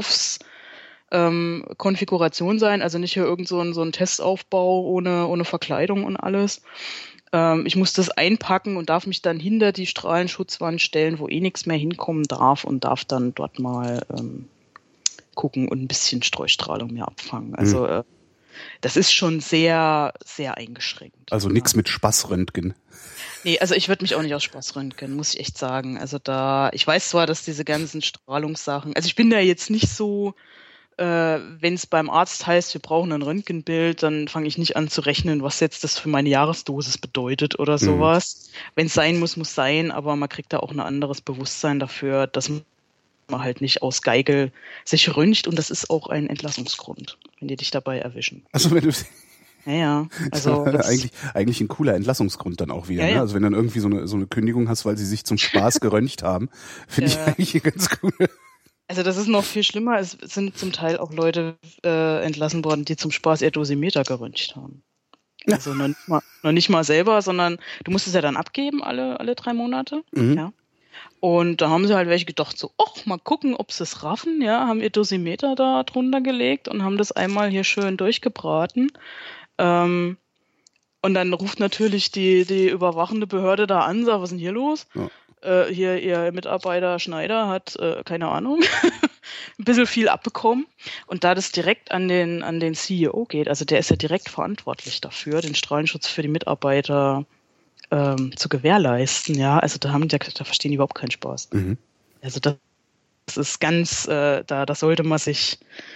Konfiguration sein, also nicht hier irgend so ein Testaufbau ohne Verkleidung und alles. Ich muss das einpacken und darf mich dann hinter die Strahlenschutzwand stellen, wo nichts mehr hinkommen darf und darf dann dort mal gucken und ein bisschen Streustrahlung mehr abfangen. Also das ist schon sehr, sehr eingeschränkt. Also nichts mit Spaßröntgen. Nee, also ich würde mich auch nicht aus Spaß röntgen, muss ich echt sagen. Also ich weiß zwar, dass diese ganzen Strahlungssachen, also ich bin da jetzt nicht so, wenn es beim Arzt heißt, wir brauchen ein Röntgenbild, dann fange ich nicht an zu rechnen, was jetzt das für meine Jahresdosis bedeutet oder sowas. Wenn es sein muss, muss sein, aber man kriegt da auch ein anderes Bewusstsein dafür, dass man halt nicht aus Geigel sich röntgt und das ist auch ein Entlassungsgrund, wenn die dich dabei erwischen. Also wenn du... Ja, also eigentlich ein cooler Entlassungsgrund dann auch wieder. Ja. Ne? Also wenn dann irgendwie so eine Kündigung hast, weil sie sich zum Spaß geröntgt haben, finde ich eigentlich ganz cool. Also das ist noch viel schlimmer. Es sind zum Teil auch Leute entlassen worden, die zum Spaß ihr Dosimeter geröntgt haben. Also noch nicht mal selber, sondern du musst es ja dann abgeben alle 3 Monate. Mhm. Ja. Und da haben sie halt welche gedacht so, mal gucken, ob sie es raffen. Ja, haben ihr Dosimeter da drunter gelegt und haben das einmal hier schön durchgebraten. Und dann ruft natürlich die überwachende Behörde da an, sagt, was ist denn hier los? Ja. Hier ihr Mitarbeiter Schneider hat, keine Ahnung, ein bisschen viel abbekommen. Und da das direkt an den CEO geht, also der ist ja direkt verantwortlich dafür, den Strahlenschutz für die Mitarbeiter zu gewährleisten, ja, also da verstehen die überhaupt keinen Spaß. Mhm. Also das ist ganz, da sollte man sich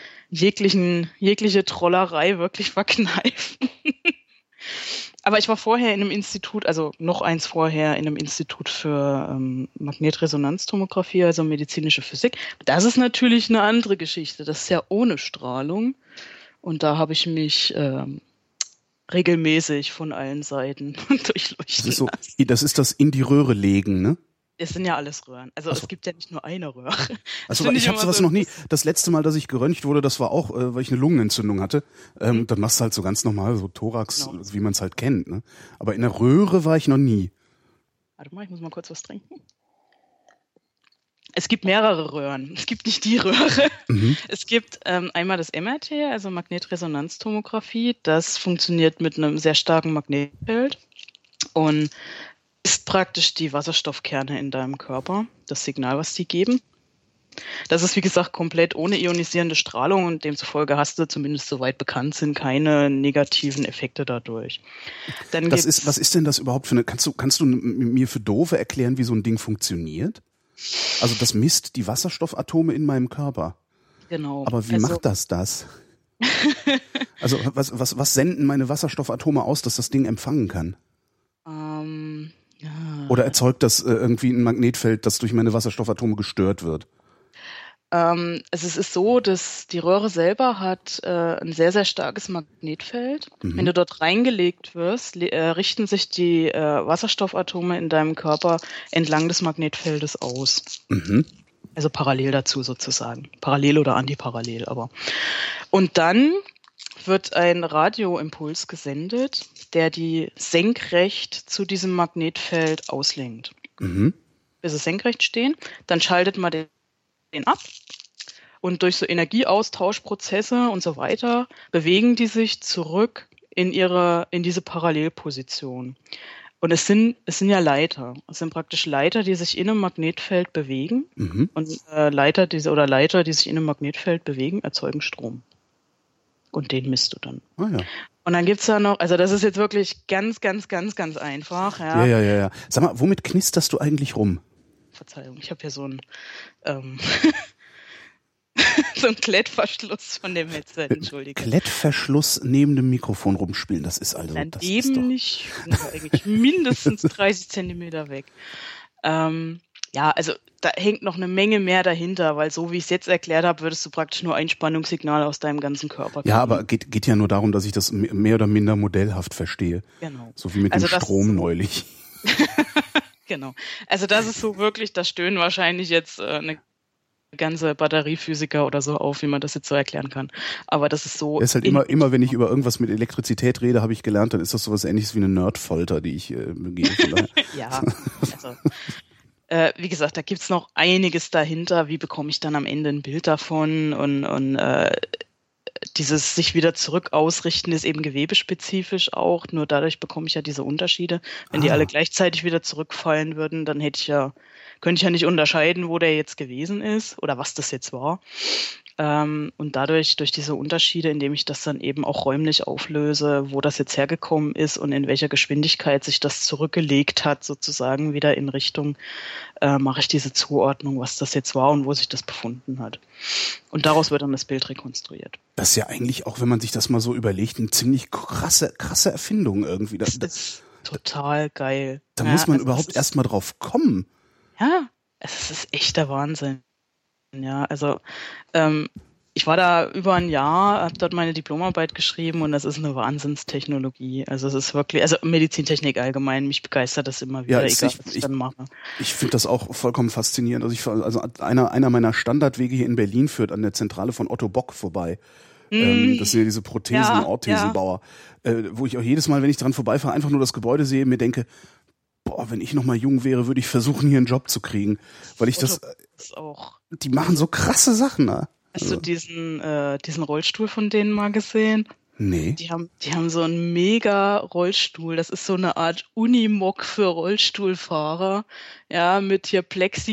jegliche Trollerei wirklich verkneifen. Aber ich war vorher in einem Institut, also noch eins vorher, in einem Institut für Magnetresonanztomographie, also medizinische Physik. Das ist natürlich eine andere Geschichte. Das ist ja ohne Strahlung. Und da habe ich mich regelmäßig von allen Seiten durchleuchten lassen. Das ist das in die Röhre legen, ne? Es sind ja alles Röhren. Also es gibt ja nicht nur eine Röhre. Also ich habe sowas noch nie. Das letzte Mal, dass ich geröntgt wurde, das war auch, weil ich eine Lungenentzündung hatte. Dann machst du halt so ganz normal so Thorax, genau, wie man es halt kennt. Ne? Aber in der Röhre war ich noch nie. Warte mal, ich muss mal kurz was trinken. Es gibt mehrere Röhren. Es gibt nicht die Röhre. Mhm. Es gibt einmal das MRT, also Magnetresonanztomographie. Das funktioniert mit einem sehr starken Magnetfeld und ist praktisch die Wasserstoffkerne in deinem Körper, das Signal, was die geben. Das ist, wie gesagt, komplett ohne ionisierende Strahlung und demzufolge hast du, zumindest soweit bekannt sind, keine negativen Effekte dadurch. Was ist denn das überhaupt für eine, kannst du mir für Doofe erklären, wie so ein Ding funktioniert? Also das misst die Wasserstoffatome in meinem Körper. Genau. Aber wie macht das? Also was senden meine Wasserstoffatome aus, dass das Ding empfangen kann? Ja, Oder erzeugt das irgendwie ein Magnetfeld, das durch meine Wasserstoffatome gestört wird? Also es ist so, dass die Röhre selber hat ein sehr, sehr starkes Magnetfeld. Wenn du dort reingelegt wirst, richten sich die Wasserstoffatome in deinem Körper entlang des Magnetfeldes aus. Also parallel dazu sozusagen. Parallel oder antiparallel, aber. Und dann wird ein Radioimpuls gesendet, der die senkrecht zu diesem Magnetfeld auslenkt. Bis es senkrecht stehen, dann schaltet man den ab und durch so Energieaustauschprozesse und so weiter bewegen die sich zurück in diese Parallelposition. Und es sind ja Leiter. Es sind praktisch Leiter, die sich in einem Magnetfeld bewegen. Und Leiter, die sich in einem Magnetfeld bewegen, erzeugen Strom. Und den misst du dann. Ah, ja. Und dann gibt's da noch, also das ist jetzt wirklich ganz, ganz, ganz, ganz einfach. Ja. Sag mal, womit knisterst du eigentlich rum? Verzeihung, ich habe hier so ein so ein Klettverschluss von dem Headset, entschuldige. Klettverschluss neben dem Mikrofon rumspielen, das ist also... Daneben das ist doch nicht, eigentlich mindestens 30 Zentimeter weg. Ja, also da hängt noch eine Menge mehr dahinter, weil so wie ich es jetzt erklärt habe, würdest du praktisch nur ein Spannungssignal aus deinem ganzen Körper kriegen. Ja, aber geht ja nur darum, dass ich das mehr oder minder modellhaft verstehe. Genau. So wie mit dem Strom neulich. Genau. Also das ist so wirklich, da stöhnen wahrscheinlich jetzt eine ganze Batteriephysiker oder so auf, wie man das jetzt so erklären kann. Aber das ist so... Es ist halt immer, wenn ich über irgendwas mit Elektrizität rede, habe ich gelernt, dann ist das sowas Ähnliches wie eine Nerdfolter, die ich begebe. Ja, also... wie gesagt, da gibt's noch einiges dahinter. Wie bekomme ich dann am Ende ein Bild davon? Und dieses sich wieder zurück ausrichten ist eben gewebespezifisch auch. Nur dadurch bekomme ich ja diese Unterschiede. Wenn die alle gleichzeitig wieder zurückfallen würden, dann könnte ich ja nicht unterscheiden, wo der jetzt gewesen ist oder was das jetzt war. Und durch diese Unterschiede, indem ich das dann eben auch räumlich auflöse, wo das jetzt hergekommen ist und in welcher Geschwindigkeit sich das zurückgelegt hat, sozusagen wieder in Richtung, mache ich diese Zuordnung, was das jetzt war und wo sich das befunden hat. Und daraus wird dann das Bild rekonstruiert. Das ist ja eigentlich auch, wenn man sich das mal so überlegt, eine ziemlich krasse Erfindung irgendwie. Das ist total geil. Da muss man überhaupt erst mal drauf kommen. Ja, es ist echt der Wahnsinn. Ja, also ich war da über ein Jahr, habe dort meine Diplomarbeit geschrieben und das ist eine Wahnsinnstechnologie. Also es ist wirklich, also Medizintechnik allgemein, mich begeistert das immer wieder, egal was ich dann mache. Ich finde das auch vollkommen faszinierend. Also einer meiner Standardwege hier in Berlin führt an der Zentrale von Otto Bock vorbei. Das sind ja diese Prothesen- und Orthesenbauer, wo ich auch jedes Mal, wenn ich dran vorbeifahre, einfach nur das Gebäude sehe, mir denke, boah, wenn ich noch mal jung wäre, würde ich versuchen, hier einen Job zu kriegen. Weil ich das auch. Die machen so krasse Sachen, ne? Hast du diesen Rollstuhl von denen mal gesehen? Nee. Die haben so einen mega Rollstuhl. Das ist so eine Art Unimog für Rollstuhlfahrer. Ja, mit hier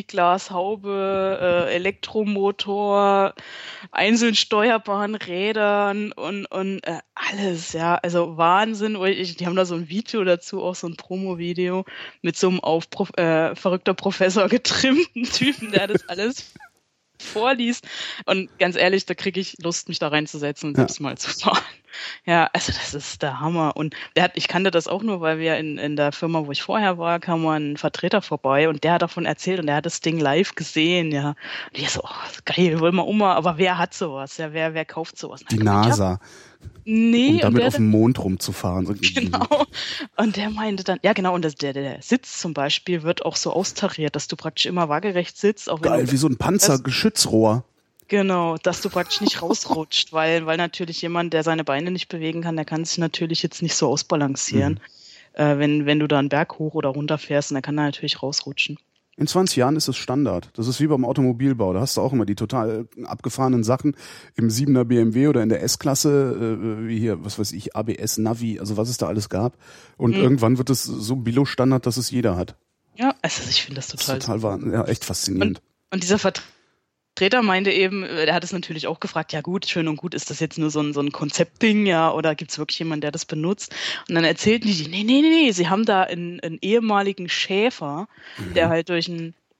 Plexiglashaube, Elektromotor, einzeln steuerbaren Rädern und alles, ja. Also Wahnsinn. Die haben da so ein Video dazu, auch so ein Promo-Video mit so einem verrückter Professor getrimmten Typen, der das alles vorliest. Und ganz ehrlich, da kriege ich Lust, mich da reinzusetzen und selbst mal zu fahren. Ja, also das ist der Hammer. Und ich kannte das auch nur, weil wir in der Firma, wo ich vorher war, kam mal ein Vertreter vorbei und der hat davon erzählt und der hat das Ding live gesehen, ja. Und ich so, geil, wollen wir aber wer hat sowas? Ja, wer kauft sowas? Die NASA. Nee, um damit auf dem Mond rumzufahren. Genau. Und der meinte dann, ja genau, und der Sitz zum Beispiel wird auch so austariert, dass du praktisch immer waagerecht sitzt. Auch geil, wie so ein Panzergeschützrohr. Genau, dass du praktisch nicht rausrutscht, weil natürlich jemand, der seine Beine nicht bewegen kann, der kann sich natürlich jetzt nicht so ausbalancieren, wenn du da einen Berg hoch oder runter fährst, und der kann da natürlich rausrutschen. In 20 Jahren ist es Standard. Das ist wie beim Automobilbau. Da hast du auch immer die total abgefahrenen Sachen im 7er BMW oder in der S-Klasse, wie hier, was weiß ich, ABS, Navi, also was es da alles gab. Und irgendwann wird es so Bilo-Standard, dass es jeder hat. Ja, also ich finde das total echt faszinierend. Und dieser Vertreter meinte eben, der hat es natürlich auch gefragt, ja gut, schön und gut, ist das jetzt nur so ein Konzeptding, ja, oder gibt's wirklich jemanden, der das benutzt? Und dann erzählten die, nee, sie haben da einen ehemaligen Schäfer, der halt durch einen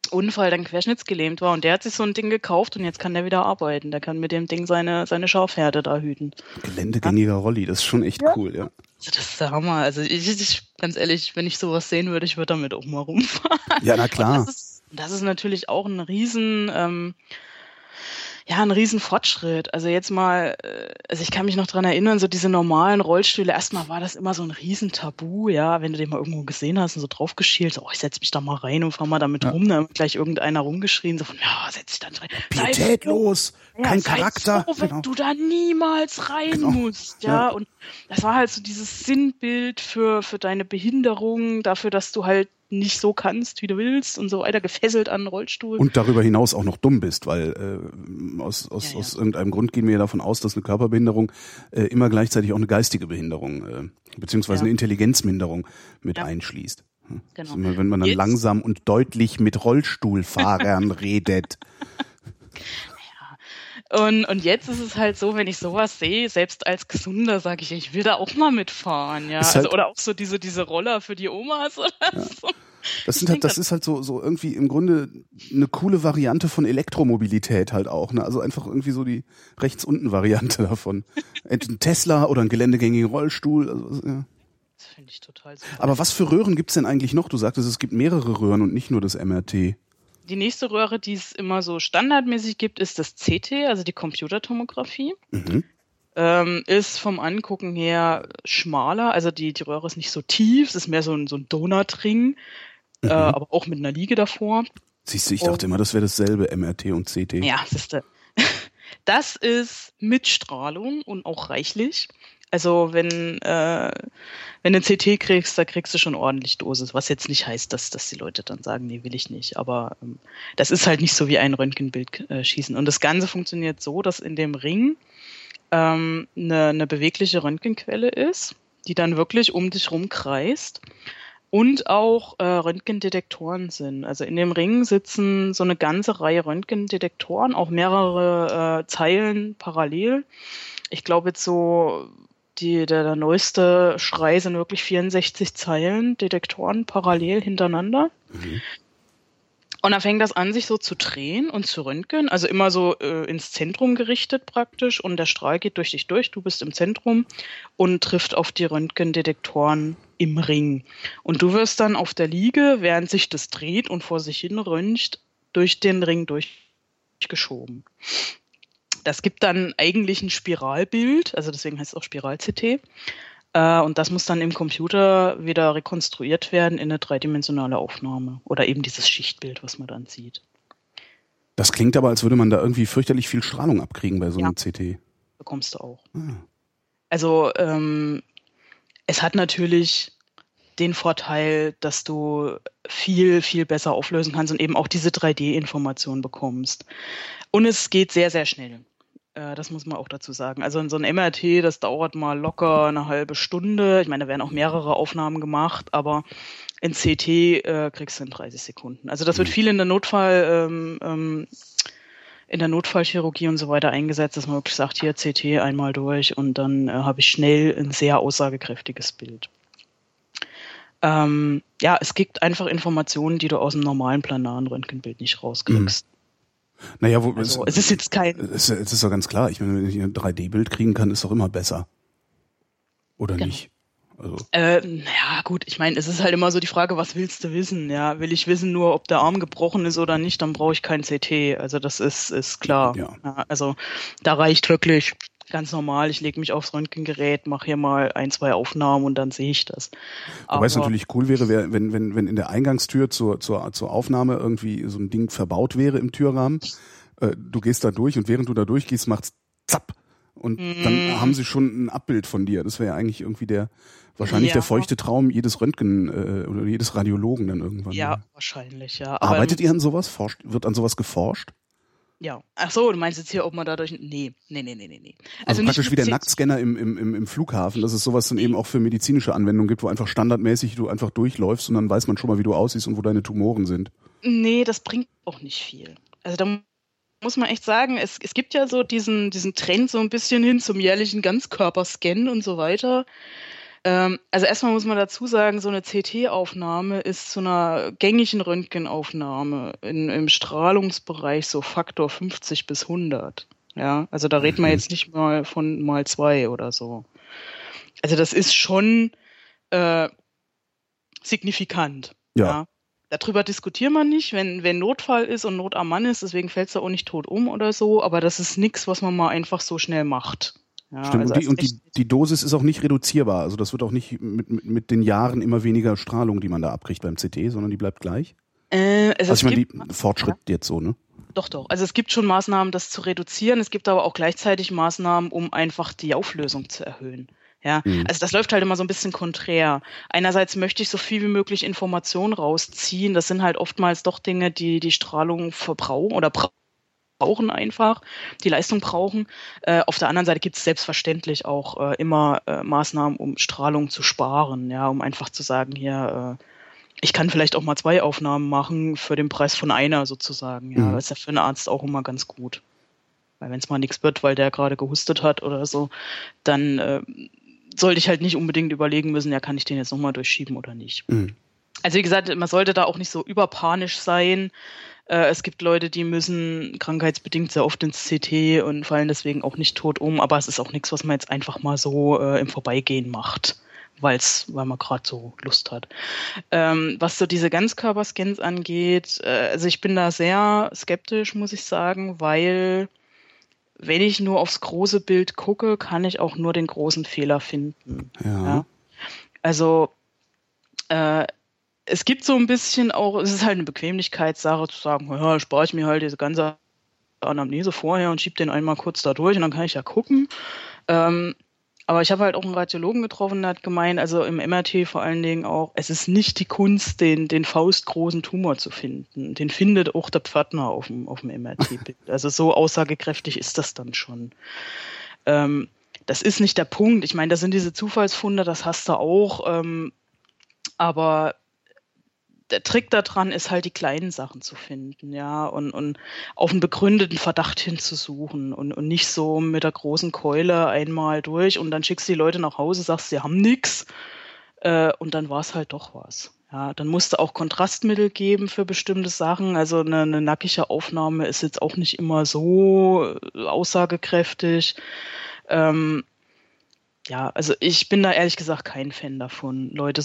Unfall dann querschnittsgelähmt war. Und der hat sich so ein Ding gekauft und jetzt kann der wieder arbeiten. Der kann mit dem Ding seine Schafherde da hüten. Geländegängiger Rolli, das ist schon echt cool, ja. Also das ist der Hammer. Also ich ganz ehrlich, wenn ich sowas sehen würde, ich würde damit auch mal rumfahren. Ja, na klar. Das ist natürlich auch ein riesen Fortschritt. Also jetzt mal, also ich kann mich noch dran erinnern, so diese normalen Rollstühle, erstmal war das immer so ein riesen Tabu, ja, wenn du den mal irgendwo gesehen hast und so drauf geschielt, so, ich setz mich da mal rein und fahr mal damit rum, dann hat gleich irgendeiner rumgeschrien, so von, ja, setz dich dann rein. Pietätlos, kein Charakter. So, wenn du da niemals rein musst, ja, und das war halt so dieses Sinnbild für deine Behinderung, dafür, dass du halt nicht so kannst, wie du willst und so weiter, gefesselt an einen Rollstuhl. Und darüber hinaus auch noch dumm bist, weil aus irgendeinem Grund gehen wir ja davon aus, dass eine Körperbehinderung immer gleichzeitig auch eine geistige Behinderung beziehungsweise eine Intelligenzminderung mit einschließt. Genau. Also wenn man dann langsam und deutlich mit Rollstuhlfahrern redet. Und jetzt ist es halt so, wenn ich sowas sehe, selbst als Gesunder sage ich will da auch mal mitfahren, ja. Also, oder auch so diese Roller für die Omas oder so. Das ist halt so irgendwie im Grunde eine coole Variante von Elektromobilität halt auch, ne? Also einfach irgendwie so die rechts-unten-Variante davon. Ein Tesla oder ein geländegängigen Rollstuhl. Also, ja. Das finde ich total super. Aber was für Röhren gibt's denn eigentlich noch? Du sagtest, es gibt mehrere Röhren und nicht nur das MRT. Die nächste Röhre, die es immer so standardmäßig gibt, ist das CT, also die Computertomographie. Mhm. Ist vom Angucken her schmaler, also die Röhre ist nicht so tief, es ist mehr so ein Donutring, aber auch mit einer Liege davor. Siehst du, ich dachte immer, das wäre dasselbe, MRT und CT. Ja, siehste. Das ist mit Strahlung und auch reichlich. Also wenn du ein CT kriegst, da kriegst du schon ordentlich Dosis, was jetzt nicht heißt, dass die Leute dann sagen, nee, will ich nicht. Aber das ist halt nicht so wie ein Röntgenbild schießen. Und das Ganze funktioniert so, dass in dem Ring eine bewegliche Röntgenquelle ist, die dann wirklich um dich rum kreist. Und auch Röntgendetektoren sind. Also in dem Ring sitzen so eine ganze Reihe Röntgendetektoren, auch mehrere Zeilen parallel. Ich glaube jetzt so, der neueste Schrei sind wirklich 64 Zeilen Detektoren parallel hintereinander. Mhm. Und dann fängt das an, sich so zu drehen und zu röntgen, also immer so ins Zentrum gerichtet praktisch und der Strahl geht durch dich durch, du bist im Zentrum und trifft auf die Röntgendetektoren im Ring. Und du wirst dann auf der Liege, während sich das dreht und vor sich hin röntgt, durch den Ring durchgeschoben. Das gibt dann eigentlich ein Spiralbild, also deswegen heißt es auch Spiral-CT. Und das muss dann im Computer wieder rekonstruiert werden in eine dreidimensionale Aufnahme. Oder eben dieses Schichtbild, was man dann sieht. Das klingt aber, als würde man da irgendwie fürchterlich viel Strahlung abkriegen bei so einem CT. Bekommst du auch. Also es hat natürlich den Vorteil, dass du viel, viel besser auflösen kannst und eben auch diese 3D-Information bekommst. Und es geht sehr, sehr schnell. Das muss man auch dazu sagen. Also so ein MRT, das dauert mal locker eine halbe Stunde. Ich meine, da werden auch mehrere Aufnahmen gemacht, aber in CT kriegst du in 30 Sekunden. Also das wird viel in der Notfallchirurgie und so weiter eingesetzt, dass man wirklich sagt, hier CT einmal durch und dann habe ich schnell ein sehr aussagekräftiges Bild. Es gibt einfach Informationen, die du aus dem normalen planaren Röntgenbild nicht rauskriegst. Naja, es ist jetzt kein... Es ist doch ganz klar, ich meine, wenn ich ein 3D-Bild kriegen kann, ist doch immer besser. Oder nicht? Also. Gut, ich meine, es ist halt immer so die Frage, was willst du wissen? Ja, will ich wissen nur, ob der Arm gebrochen ist oder nicht, dann brauche ich kein CT. Also das ist klar. Ja, also da reicht wirklich ganz normal, ich lege mich aufs Röntgengerät, mache hier mal 1, 2 Aufnahmen und dann sehe ich das. Wobei es natürlich cool wäre, wenn in der Eingangstür zur Aufnahme irgendwie so ein Ding verbaut wäre im Türrahmen. Du gehst da durch und während du da durchgehst, macht's zapp. Und dann haben sie schon ein Abbild von dir. Das wäre ja eigentlich irgendwie der feuchte Traum jedes Röntgen oder jedes Radiologen dann irgendwann. Ja, wahrscheinlich, ja. Aber arbeitet ihr an sowas? Wird an sowas geforscht? Ja. Ach so, du meinst jetzt hier, ob man dadurch... Nee. Also praktisch wie der Nacktscanner im Flughafen, dass es sowas dann eben auch für medizinische Anwendungen gibt, wo einfach standardmäßig du einfach durchläufst und dann weiß man schon mal, wie du aussiehst und wo deine Tumoren sind. Nee, das bringt auch nicht viel. Also da muss man echt sagen, es gibt ja so diesen Trend so ein bisschen hin zum jährlichen Ganzkörperscan und so weiter. Also erstmal muss man dazu sagen, so eine CT-Aufnahme ist zu einer gängigen Röntgenaufnahme im Strahlungsbereich so Faktor 50 bis 100. Ja, also da reden wir jetzt nicht mal von mal 2 oder so. Also das ist schon signifikant. Ja. Darüber diskutiert man nicht, wenn Notfall ist und Not am Mann ist, deswegen fällt es da auch nicht tot um oder so, aber das ist nichts, was man mal einfach so schnell macht. Ja, stimmt, also und die Dosis ist auch nicht reduzierbar. Also das wird auch nicht mit den Jahren immer weniger Strahlung, die man da abkriegt beim CT, sondern die bleibt gleich. Also ich meine, die Fortschritt jetzt so, ne? Doch. Also es gibt schon Maßnahmen, das zu reduzieren. Es gibt aber auch gleichzeitig Maßnahmen, um einfach die Auflösung zu erhöhen. Ja, also das läuft halt immer so ein bisschen konträr. Einerseits möchte ich so viel wie möglich Information rausziehen. Das sind halt oftmals doch Dinge, die Strahlung verbrauchen oder brauchen einfach, die Leistung brauchen. Auf der anderen Seite gibt es selbstverständlich auch immer Maßnahmen, um Strahlung zu sparen, ja, um einfach zu sagen, hier, ich kann vielleicht auch mal 2 Aufnahmen machen für den Preis von einer sozusagen. Ja, das ist ja für einen Arzt auch immer ganz gut. Weil wenn es mal nichts wird, weil der gerade gehustet hat oder so, dann sollte ich halt nicht unbedingt überlegen müssen, ja, kann ich den jetzt nochmal durchschieben oder nicht. Also wie gesagt, man sollte da auch nicht so überpanisch sein. Es gibt Leute, die müssen krankheitsbedingt sehr oft ins CT und fallen deswegen auch nicht tot um, aber es ist auch nichts, was man jetzt einfach mal so im Vorbeigehen macht, weil man gerade so Lust hat. Was so diese Ganzkörperscans angeht, also ich bin da sehr skeptisch, muss ich sagen, weil wenn ich nur aufs große Bild gucke, kann ich auch nur den großen Fehler finden. Ja? Also es gibt so ein bisschen auch, es ist halt eine Bequemlichkeitssache zu sagen, ja, spare ich mir halt diese ganze Anamnese vorher und schiebe den einmal kurz da durch und dann kann ich ja gucken. Aber ich habe halt auch einen Radiologen getroffen, der hat gemeint, also im MRT vor allen Dingen auch, es ist nicht die Kunst, den faustgroßen Tumor zu finden. Den findet auch der Pförtner auf dem MRT-Bild. Also so aussagekräftig ist das dann schon. Das ist nicht der Punkt. Ich meine, das sind diese Zufallsfunde, das hast du auch. Aber der Trick daran ist halt, die kleinen Sachen zu finden, ja, und auf einen begründeten Verdacht hinzusuchen und nicht so mit der großen Keule einmal durch und dann schickst du die Leute nach Hause, sagst, sie haben nichts und dann war es halt doch was. Ja, dann musst du auch Kontrastmittel geben für bestimmte Sachen. Also eine nackige Aufnahme ist jetzt auch nicht immer so aussagekräftig. Ja, also ich bin da ehrlich gesagt kein Fan davon, Leute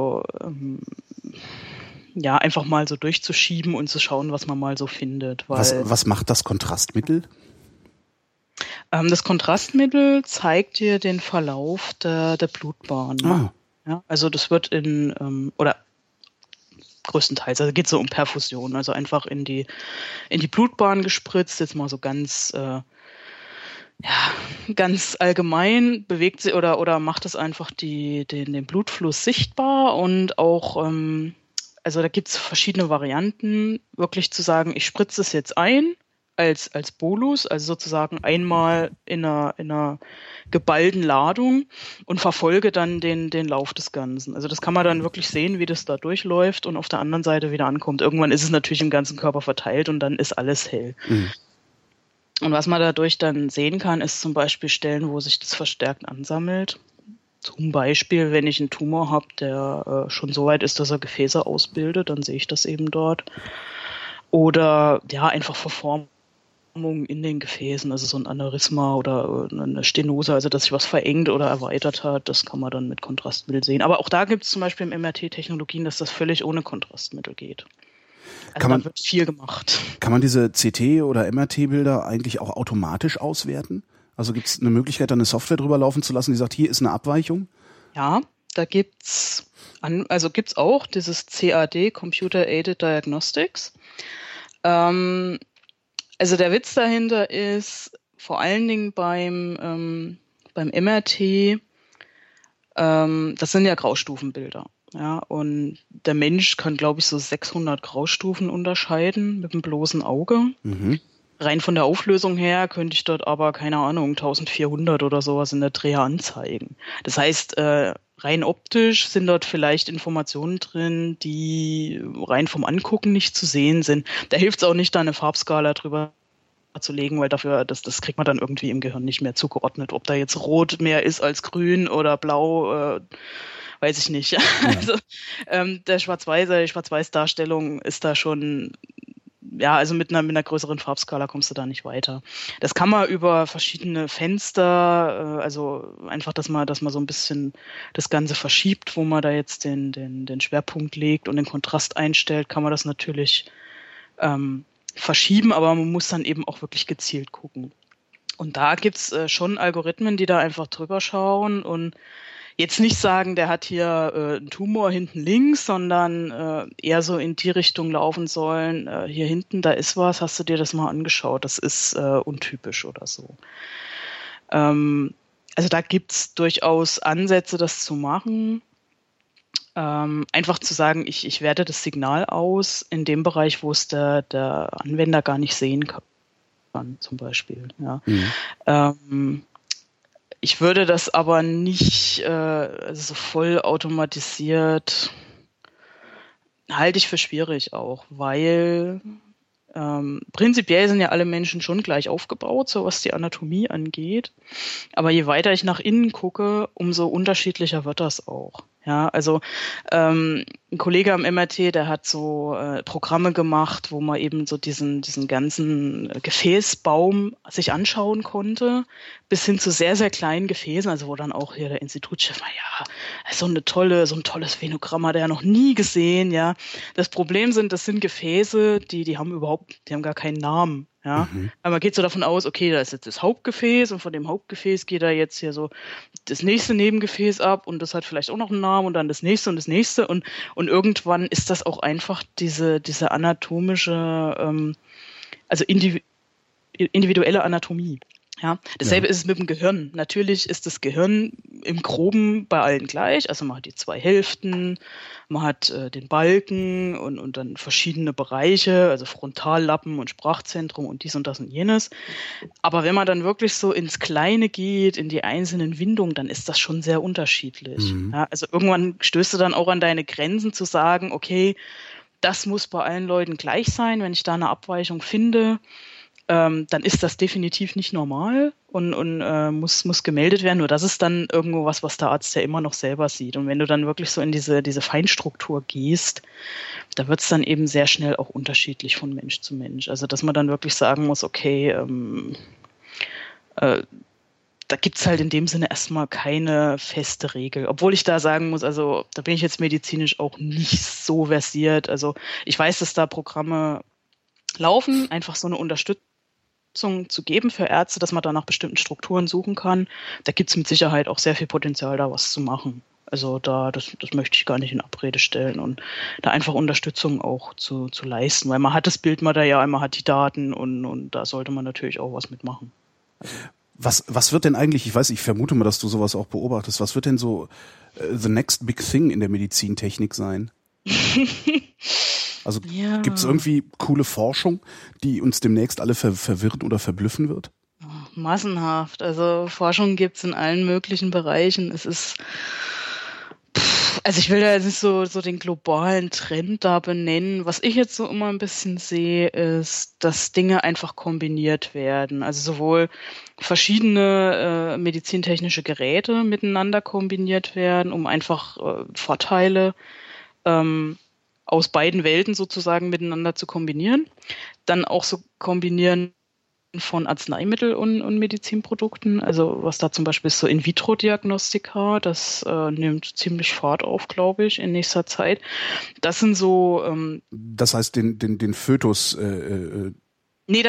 ja, einfach mal so durchzuschieben und zu schauen, was man mal so findet. Weil, was macht das Kontrastmittel? Das Kontrastmittel zeigt dir den Verlauf der Blutbahn. Ja, also das wird oder größtenteils, also geht so um Perfusion, also einfach in die Blutbahn gespritzt, jetzt mal so ganz ganz allgemein bewegt sie oder macht es einfach den Blutfluss sichtbar und auch also da gibt es verschiedene Varianten, wirklich zu sagen, ich spritze es jetzt ein als Bolus, also sozusagen einmal in einer geballten Ladung und verfolge dann den Lauf des Ganzen. Also das kann man dann wirklich sehen, wie das da durchläuft und auf der anderen Seite wieder ankommt. Irgendwann ist es natürlich im ganzen Körper verteilt und dann ist alles hell. Und was man dadurch dann sehen kann, ist zum Beispiel Stellen, wo sich das verstärkt ansammelt. Zum Beispiel, wenn ich einen Tumor habe, der schon so weit ist, dass er Gefäße ausbildet, dann sehe ich das eben dort. Oder ja, einfach Verformung in den Gefäßen, also so ein Aneurysma oder eine Stenose, also dass sich was verengt oder erweitert hat, das kann man dann mit Kontrastmittel sehen. Aber auch da gibt es zum Beispiel im MRT Technologien, dass das völlig ohne Kontrastmittel geht. Also da wird viel gemacht. Kann man diese CT- oder MRT-Bilder eigentlich auch automatisch auswerten? Also gibt es eine Möglichkeit, da eine Software drüber laufen zu lassen, die sagt, hier ist eine Abweichung? Ja, da gibt's auch dieses CAD, Computer Aided Diagnostics. Also der Witz dahinter ist, vor allen Dingen beim MRT, das sind ja Graustufenbilder. Ja, und der Mensch kann, glaube ich, so 600 Graustufen unterscheiden mit dem bloßen Auge. Rein von der Auflösung her könnte ich dort aber, keine Ahnung, 1400 oder sowas in der Dreher anzeigen. Das heißt, rein optisch sind dort vielleicht Informationen drin, die rein vom Angucken nicht zu sehen sind. Da hilft es auch nicht, da eine Farbskala drüber zu legen, weil dafür, das kriegt man dann irgendwie im Gehirn nicht mehr zugeordnet. Ob da jetzt rot mehr ist als grün oder blau, weiß ich nicht. Ja. Also die Schwarz-Weiß-Darstellung ist da schon, ja, also mit einer größeren Farbskala kommst du da nicht weiter. Das kann man über verschiedene Fenster, also einfach, dass man so ein bisschen das Ganze verschiebt, wo man da jetzt den Schwerpunkt legt und den Kontrast einstellt, kann man das natürlich verschieben, aber man muss dann eben auch wirklich gezielt gucken. Und da gibt's schon Algorithmen, die da einfach drüber schauen und jetzt nicht sagen, der hat hier einen Tumor hinten links, sondern eher so in die Richtung laufen sollen, hier hinten, da ist was, hast du dir das mal angeschaut? Das ist untypisch oder so. Also da gibt's durchaus Ansätze, das zu machen. Einfach zu sagen, ich werte das Signal aus in dem Bereich, wo es der Anwender gar nicht sehen kann, zum Beispiel. Ja. Ich würde das aber nicht so voll automatisiert, halte ich für schwierig auch, weil prinzipiell sind ja alle Menschen schon gleich aufgebaut, so was die Anatomie angeht. Aber je weiter ich nach innen gucke, umso unterschiedlicher wird das auch. Ja, also ein Kollege am MRT, der hat so Programme gemacht, wo man eben so diesen ganzen Gefäßbaum sich anschauen konnte, bis hin zu sehr, sehr kleinen Gefäßen, also wo dann auch hier der Institutschef, so ein tolles Venogramm hat er ja noch nie gesehen, ja. Das Problem das sind Gefäße, die haben gar keinen Namen. Ja, aber man geht so davon aus, okay, da ist jetzt das Hauptgefäß und von dem Hauptgefäß geht da jetzt hier so das nächste Nebengefäß ab und das hat vielleicht auch noch einen Namen und dann das nächste und irgendwann ist das auch einfach diese anatomische, also individuelle Anatomie. Ja, dasselbe ist es mit dem Gehirn. Natürlich ist das Gehirn im Groben bei allen gleich. Also man hat die zwei Hälften, man hat den Balken und dann verschiedene Bereiche, also Frontallappen und Sprachzentrum und dies und das und jenes. Aber wenn man dann wirklich so ins Kleine geht, in die einzelnen Windungen, dann ist das schon sehr unterschiedlich. Ja, also irgendwann stößt du dann auch an deine Grenzen zu sagen, okay, das muss bei allen Leuten gleich sein. Wenn ich da eine Abweichung finde, dann ist das definitiv nicht normal und muss gemeldet werden. Nur das ist dann irgendwo was der Arzt ja immer noch selber sieht. Und wenn du dann wirklich so in diese Feinstruktur gehst, da wird es dann eben sehr schnell auch unterschiedlich von Mensch zu Mensch. Also dass man dann wirklich sagen muss, okay, da gibt's halt in dem Sinne erstmal keine feste Regel. Obwohl ich da sagen muss, also da bin ich jetzt medizinisch auch nicht so versiert. Also ich weiß, dass da Programme laufen, einfach so eine Unterstützung zu geben für Ärzte, dass man da nach bestimmten Strukturen suchen kann. Da gibt es mit Sicherheit auch sehr viel Potenzial, da was zu machen. Also das möchte ich gar nicht in Abrede stellen und da einfach Unterstützung auch zu leisten, weil man hat das Bildmaterial, man hat die Daten und da sollte man natürlich auch was mitmachen. Also. Was wird denn eigentlich, ich vermute mal, dass du sowas auch beobachtest, was wird denn so the next big thing in der Medizintechnik sein? Also gibt es irgendwie coole Forschung, die uns demnächst alle verwirren oder verblüffen wird? Massenhaft. Also Forschung gibt es in allen möglichen Bereichen. Es ist, also ich will da jetzt nicht so den globalen Trend da benennen. Was ich jetzt so immer ein bisschen sehe, ist, dass Dinge einfach kombiniert werden. Also sowohl verschiedene medizintechnische Geräte miteinander kombiniert werden, um einfach Vorteile aus beiden Welten sozusagen miteinander zu kombinieren. Dann auch so kombinieren von Arzneimittel und Medizinprodukten. Also was da zum Beispiel ist so In-vitro-Diagnostika, das nimmt ziemlich Fahrt auf, glaube ich, in nächster Zeit. Das sind so... das heißt, den Fötus... Nee.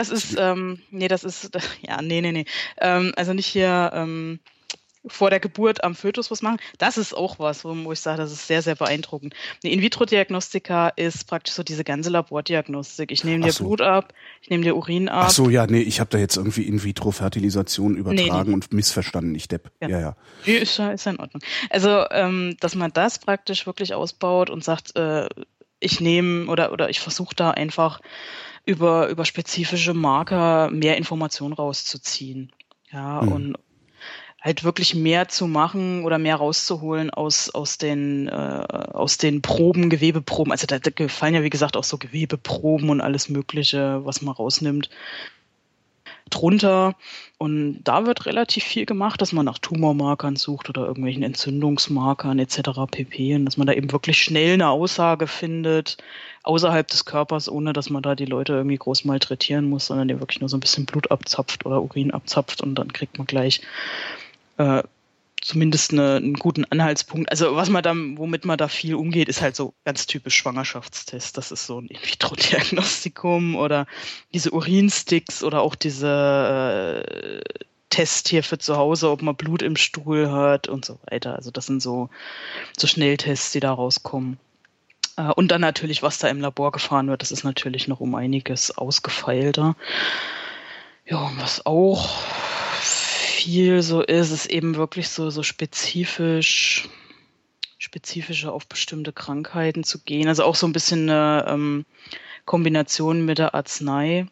Also nicht hier... vor der Geburt am Fötus was machen. Das ist auch was, wo ich sage, das ist sehr, sehr beeindruckend. Eine In-vitro-Diagnostika ist praktisch so diese ganze Labordiagnostik. Ich nehme dir Blut ab, ich nehme dir Urin ab. Ach so, ja, nee, ich habe da jetzt irgendwie In-vitro-Fertilisation übertragen und missverstanden, ich Depp. Ja. Nee, ist ja in Ordnung. Also, dass man das praktisch wirklich ausbaut und sagt, ich nehme oder ich versuche da einfach über spezifische Marker mehr Informationen rauszuziehen. Ja, und halt wirklich mehr zu machen oder mehr rauszuholen aus den Proben, Gewebeproben. Also da fallen ja, wie gesagt, auch so Gewebeproben und alles Mögliche, was man rausnimmt. drunter. Und da wird relativ viel gemacht, dass man nach Tumormarkern sucht oder irgendwelchen Entzündungsmarkern etc. pp. Und dass man da eben wirklich schnell eine Aussage findet außerhalb des Körpers, ohne dass man da die Leute irgendwie groß malträtieren muss, sondern die wirklich nur so ein bisschen Blut abzapft oder Urin abzapft und dann kriegt man gleich zumindest einen guten Anhaltspunkt. Also womit man da viel umgeht, ist halt so ganz typisch Schwangerschaftstest. Das ist so ein In-vitro-Diagnostikum oder diese Urinsticks oder auch diese Test hier für zu Hause, ob man Blut im Stuhl hat und so weiter. Also das sind so Schnelltests, die da rauskommen. Und dann natürlich, was da im Labor gefahren wird, das ist natürlich noch um einiges ausgefeilter. Ja, und was auch viel so ist eben wirklich so spezifischer auf bestimmte Krankheiten zu gehen. Also auch so ein bisschen eine Kombination mit der Arznei.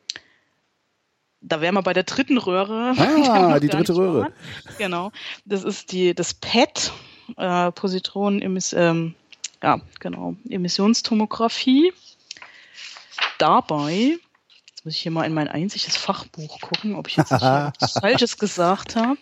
Da wären wir bei der dritten Röhre. Die dritte Röhre. Genau. Das ist das PET, Emissionstomographie. Dabei muss ich hier mal in mein einziges Fachbuch gucken, ob ich jetzt nicht was Falsches gesagt habe.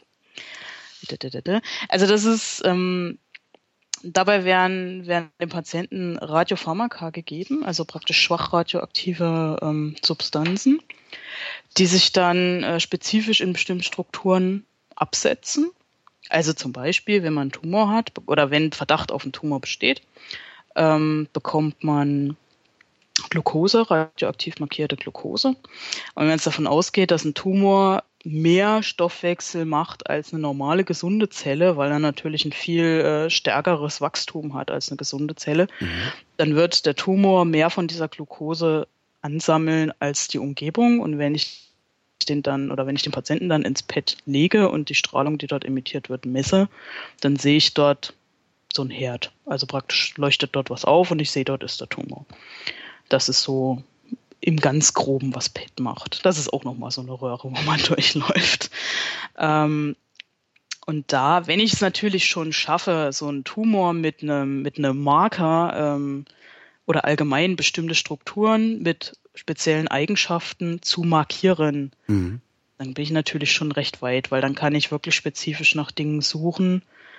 Also das ist, dabei werden dem Patienten Radiopharmaka gegeben, also praktisch schwach radioaktive Substanzen, die sich dann spezifisch in bestimmten Strukturen absetzen. Also zum Beispiel, wenn man einen Tumor hat oder wenn Verdacht auf einen Tumor besteht, bekommt man Glucose, radioaktiv markierte Glucose. Und wenn es davon ausgeht, dass ein Tumor mehr Stoffwechsel macht als eine normale gesunde Zelle, weil er natürlich ein viel stärkeres Wachstum hat als eine gesunde Zelle, dann wird der Tumor mehr von dieser Glucose ansammeln als die Umgebung. Und wenn ich den Patienten dann ins PET lege und die Strahlung, die dort emittiert wird, messe, dann sehe ich dort so ein Herd. Also praktisch leuchtet dort was auf und ich sehe, dort ist der Tumor. Das ist so im ganz Groben, was PET macht. Das ist auch nochmal so eine Röhre, wo man durchläuft. Und da, wenn ich es natürlich schon schaffe, so einen Tumor mit einem Marker oder allgemein bestimmte Strukturen mit speziellen Eigenschaften zu markieren, dann bin ich natürlich schon recht weit, weil dann kann ich wirklich spezifisch nach Dingen suchen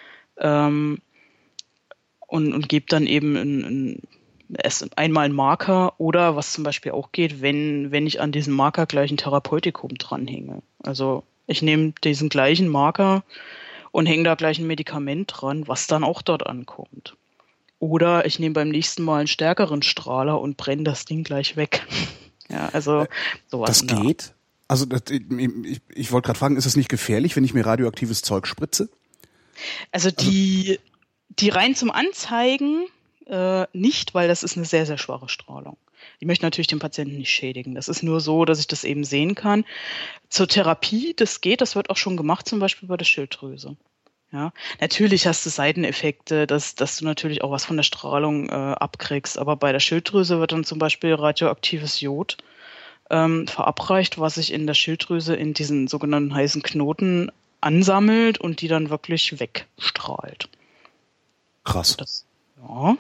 und gebe dann eben erst einmal einen Marker oder was zum Beispiel auch geht, wenn ich an diesen Marker gleich ein Therapeutikum dranhänge. Also ich nehme diesen gleichen Marker und hänge da gleich ein Medikament dran, was dann auch dort ankommt. Oder ich nehme beim nächsten Mal einen stärkeren Strahler und brenne das Ding gleich weg. Ja, also sowas. Das geht? Also ich wollte gerade fragen, ist es nicht gefährlich, wenn ich mir radioaktives Zeug spritze? Also die rein zum Anzeigen nicht, weil das ist eine sehr, sehr schwache Strahlung. Ich möchte natürlich den Patienten nicht schädigen. Das ist nur so, dass ich das eben sehen kann. Zur Therapie, das geht, das wird auch schon gemacht, zum Beispiel bei der Schilddrüse. Ja, natürlich hast du Seiteneffekte, dass du natürlich auch was von der Strahlung abkriegst, aber bei der Schilddrüse wird dann zum Beispiel radioaktives Jod verabreicht, was sich in der Schilddrüse in diesen sogenannten heißen Knoten ansammelt und die dann wirklich wegstrahlt. Krass. Ja.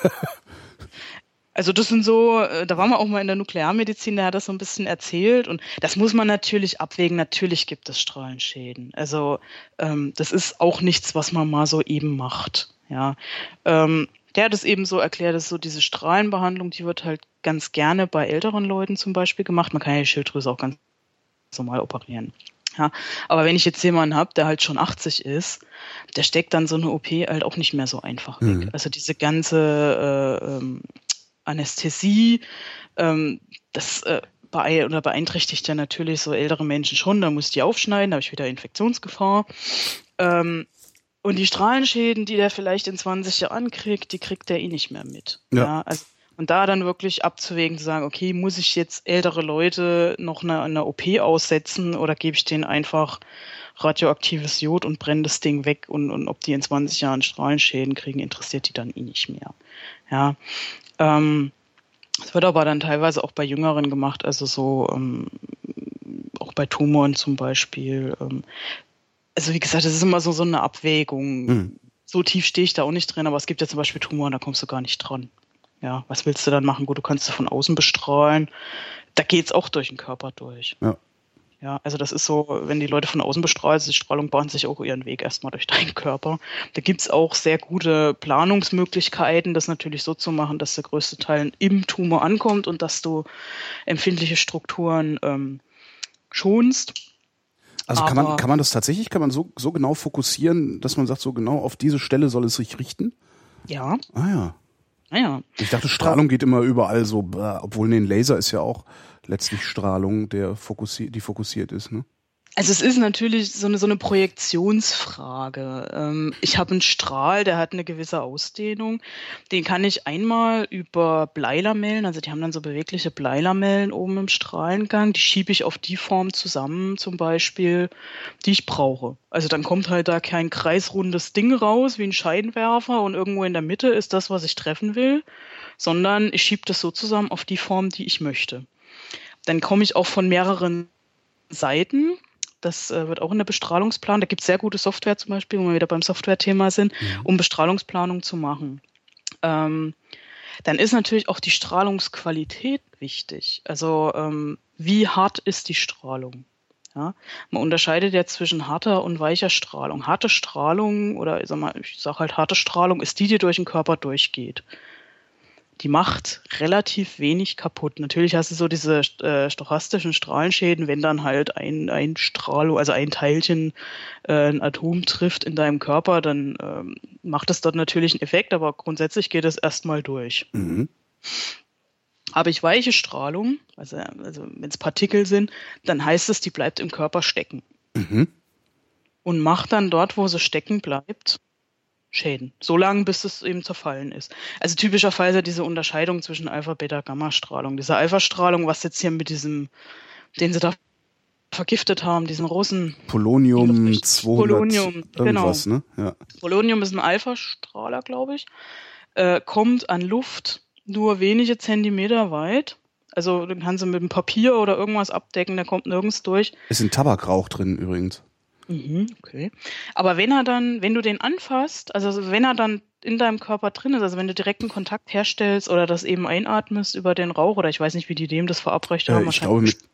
Also das sind so, da waren wir auch mal in der Nuklearmedizin, der hat das so ein bisschen erzählt und das muss man natürlich abwägen. Natürlich gibt es Strahlenschäden. Also das ist auch nichts, was man mal so eben macht. Ja, der hat es eben so erklärt, dass so diese Strahlenbehandlung, die wird halt ganz gerne bei älteren Leuten zum Beispiel gemacht. Man kann ja die Schilddrüse auch ganz normal operieren. Ja, aber wenn ich jetzt jemanden habe, der halt schon 80 ist, der steckt dann so eine OP halt auch nicht mehr so einfach weg. Also diese ganze Anästhesie, das beeinträchtigt ja natürlich so ältere Menschen schon, da muss ich die aufschneiden, da habe ich wieder Infektionsgefahr. Und die Strahlenschäden, die der vielleicht in 20 Jahren kriegt, die kriegt der eh nicht mehr mit. Ja, also, und da dann wirklich abzuwägen, zu sagen, okay, muss ich jetzt ältere Leute noch eine OP aussetzen oder gebe ich denen einfach radioaktives Jod und brenne das Ding weg und ob die in 20 Jahren Strahlenschäden kriegen, interessiert die dann eh nicht mehr. Ja, es wird aber dann teilweise auch bei Jüngeren gemacht, also so auch bei Tumoren zum Beispiel. Also wie gesagt, das ist immer so eine Abwägung. So tief stehe ich da auch nicht drin, aber es gibt ja zum Beispiel Tumoren, da kommst du gar nicht dran. Ja, was willst du dann machen? Gut, du kannst sie von außen bestrahlen. Da geht's auch durch den Körper durch. Ja. Ja, also das ist so, wenn die Leute von außen bestrahlst, die Strahlung bahnt sich auch ihren Weg erstmal durch deinen Körper. Da gibt's auch sehr gute Planungsmöglichkeiten, das natürlich so zu machen, dass der größte Teil im Tumor ankommt und dass du empfindliche Strukturen schonst. Also kann man das tatsächlich, kann man so genau fokussieren, dass man sagt, so genau auf diese Stelle soll es sich richten? Ja. Ah ja. Naja. Ich dachte, Strahlung geht immer überall so, obwohl ein Laser ist ja auch letztlich Strahlung, die fokussiert ist, ne? Also es ist natürlich so eine Projektionsfrage. Ich habe einen Strahl, der hat eine gewisse Ausdehnung. Den kann ich einmal über Bleilamellen, also die haben dann so bewegliche Bleilamellen oben im Strahlengang, die schiebe ich auf die Form zusammen zum Beispiel, die ich brauche. Also dann kommt halt da kein kreisrundes Ding raus wie ein Scheinwerfer und irgendwo in der Mitte ist das, was ich treffen will, sondern ich schiebe das so zusammen auf die Form, die ich möchte. Dann komme ich auch von mehreren Seiten. Das wird auch in der Bestrahlungsplanung. Da gibt es sehr gute Software zum Beispiel, wo wir wieder beim Software-Thema sind, um Bestrahlungsplanung zu machen. Dann ist natürlich auch die Strahlungsqualität wichtig. Also wie hart ist die Strahlung? Ja? Man unterscheidet ja zwischen harter und weicher Strahlung. Harte Strahlung oder ich sag halt harte Strahlung ist die durch den Körper durchgeht. Die macht relativ wenig kaputt. Natürlich hast du so diese stochastischen Strahlenschäden, wenn dann halt ein Strahlung, also ein Teilchen ein Atom trifft in deinem Körper, dann macht es dort natürlich einen Effekt, aber grundsätzlich geht es erstmal durch. Mhm. Habe ich weiche Strahlung, also wenn es Partikel sind, dann heißt es, die bleibt im Körper stecken. Mhm. Und macht dann dort, wo sie stecken bleibt, Schäden. So lange, bis es eben zerfallen ist. Also typischerweise diese Unterscheidung zwischen Alpha, Beta, Gamma-Strahlung. Diese Alpha-Strahlung, was jetzt hier mit diesem, den sie da vergiftet haben, diesen Russen. Polonium 200 Polonium, irgendwas, genau. Ne? Ja. Polonium ist ein Alpha-Strahler, glaube ich. Kommt an Luft nur wenige Zentimeter weit. Also den kannst du mit dem Papier oder irgendwas abdecken, der kommt nirgends durch. Ist ein Tabakrauch drin übrigens. Okay. Aber wenn du den anfasst, also wenn er dann in deinem Körper drin ist, also wenn du direkten Kontakt herstellst oder das eben einatmest über den Rauch, oder ich weiß nicht, wie die dem das verabreicht haben. Ich glaube mit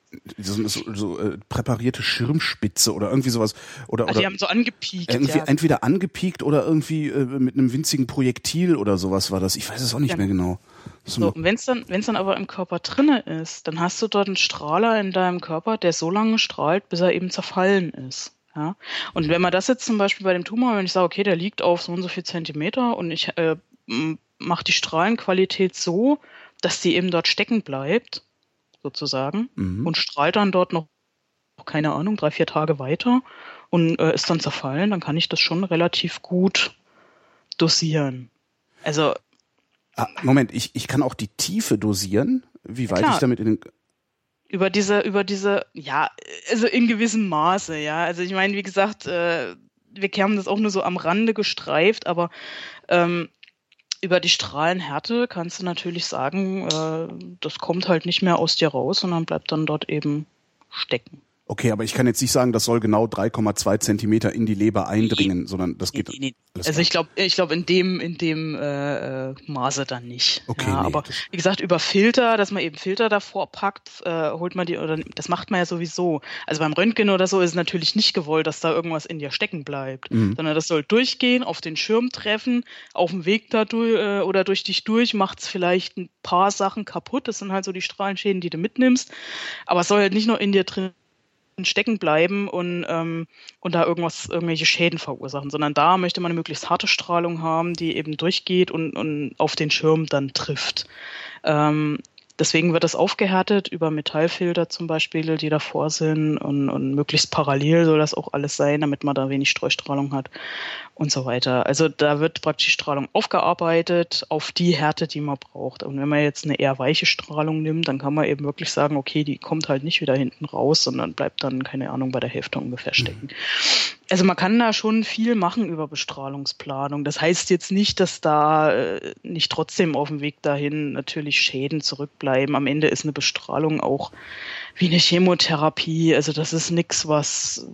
so präparierte Schirmspitze oder irgendwie sowas. Oder die haben so angepiekt. Irgendwie entweder angepiekt oder irgendwie mit einem winzigen Projektil oder sowas war das. Ich weiß es auch nicht mehr genau. So, und wenn es dann aber im Körper drinne ist, dann hast du dort einen Strahler in deinem Körper, der so lange strahlt, bis er eben zerfallen ist. Ja, und wenn man das jetzt zum Beispiel bei dem Tumor, wenn ich sage, okay, der liegt auf so und so viel Zentimeter und ich mache die Strahlenqualität so, dass die eben dort stecken bleibt, sozusagen, und strahlt dann dort noch, keine Ahnung, 3-4 Tage weiter und ist dann zerfallen, dann kann ich das schon relativ gut dosieren. Also Moment, ich kann auch die Tiefe dosieren, wie weit ich damit in den... Über diese, ja, also in gewissem Maße, ja. Also ich meine, wie gesagt, wir haben das auch nur so am Rande gestreift, aber über die Strahlenhärte kannst du natürlich sagen, das kommt halt nicht mehr aus dir raus, sondern bleibt dann dort eben stecken. Okay, aber ich kann jetzt nicht sagen, das soll genau 3,2 Zentimeter in die Leber eindringen, sondern das geht. Nee. Also ich glaube in dem Maße dann nicht. Okay, ja, aber wie gesagt, über Filter, dass man eben Filter davor packt, holt man die, oder das macht man ja sowieso. Also beim Röntgen oder so ist es natürlich nicht gewollt, dass da irgendwas in dir stecken bleibt, sondern das soll durchgehen, auf den Schirm treffen, auf dem Weg da durch oder durch dich durch, macht es vielleicht ein paar Sachen kaputt. Das sind halt so die Strahlenschäden, die du mitnimmst. Aber es soll halt nicht nur in dir drin stecken bleiben und da irgendwelche Schäden verursachen, sondern da möchte man eine möglichst harte Strahlung haben, die eben durchgeht und auf den Schirm dann trifft. Deswegen wird das aufgehärtet über Metallfilter zum Beispiel, die davor sind und möglichst parallel soll das auch alles sein, damit man da wenig Streustrahlung hat und so weiter. Also da wird praktisch die Strahlung aufgearbeitet auf die Härte, die man braucht. Und wenn man jetzt eine eher weiche Strahlung nimmt, dann kann man eben wirklich sagen, okay, die kommt halt nicht wieder hinten raus, sondern bleibt dann, keine Ahnung, bei der Hälfte ungefähr stecken. Also man kann da schon viel machen über Bestrahlungsplanung. Das heißt jetzt nicht, dass da nicht trotzdem auf dem Weg dahin natürlich Schäden zurückbleiben. Am Ende ist eine Bestrahlung auch wie eine Chemotherapie. Also das ist nichts, was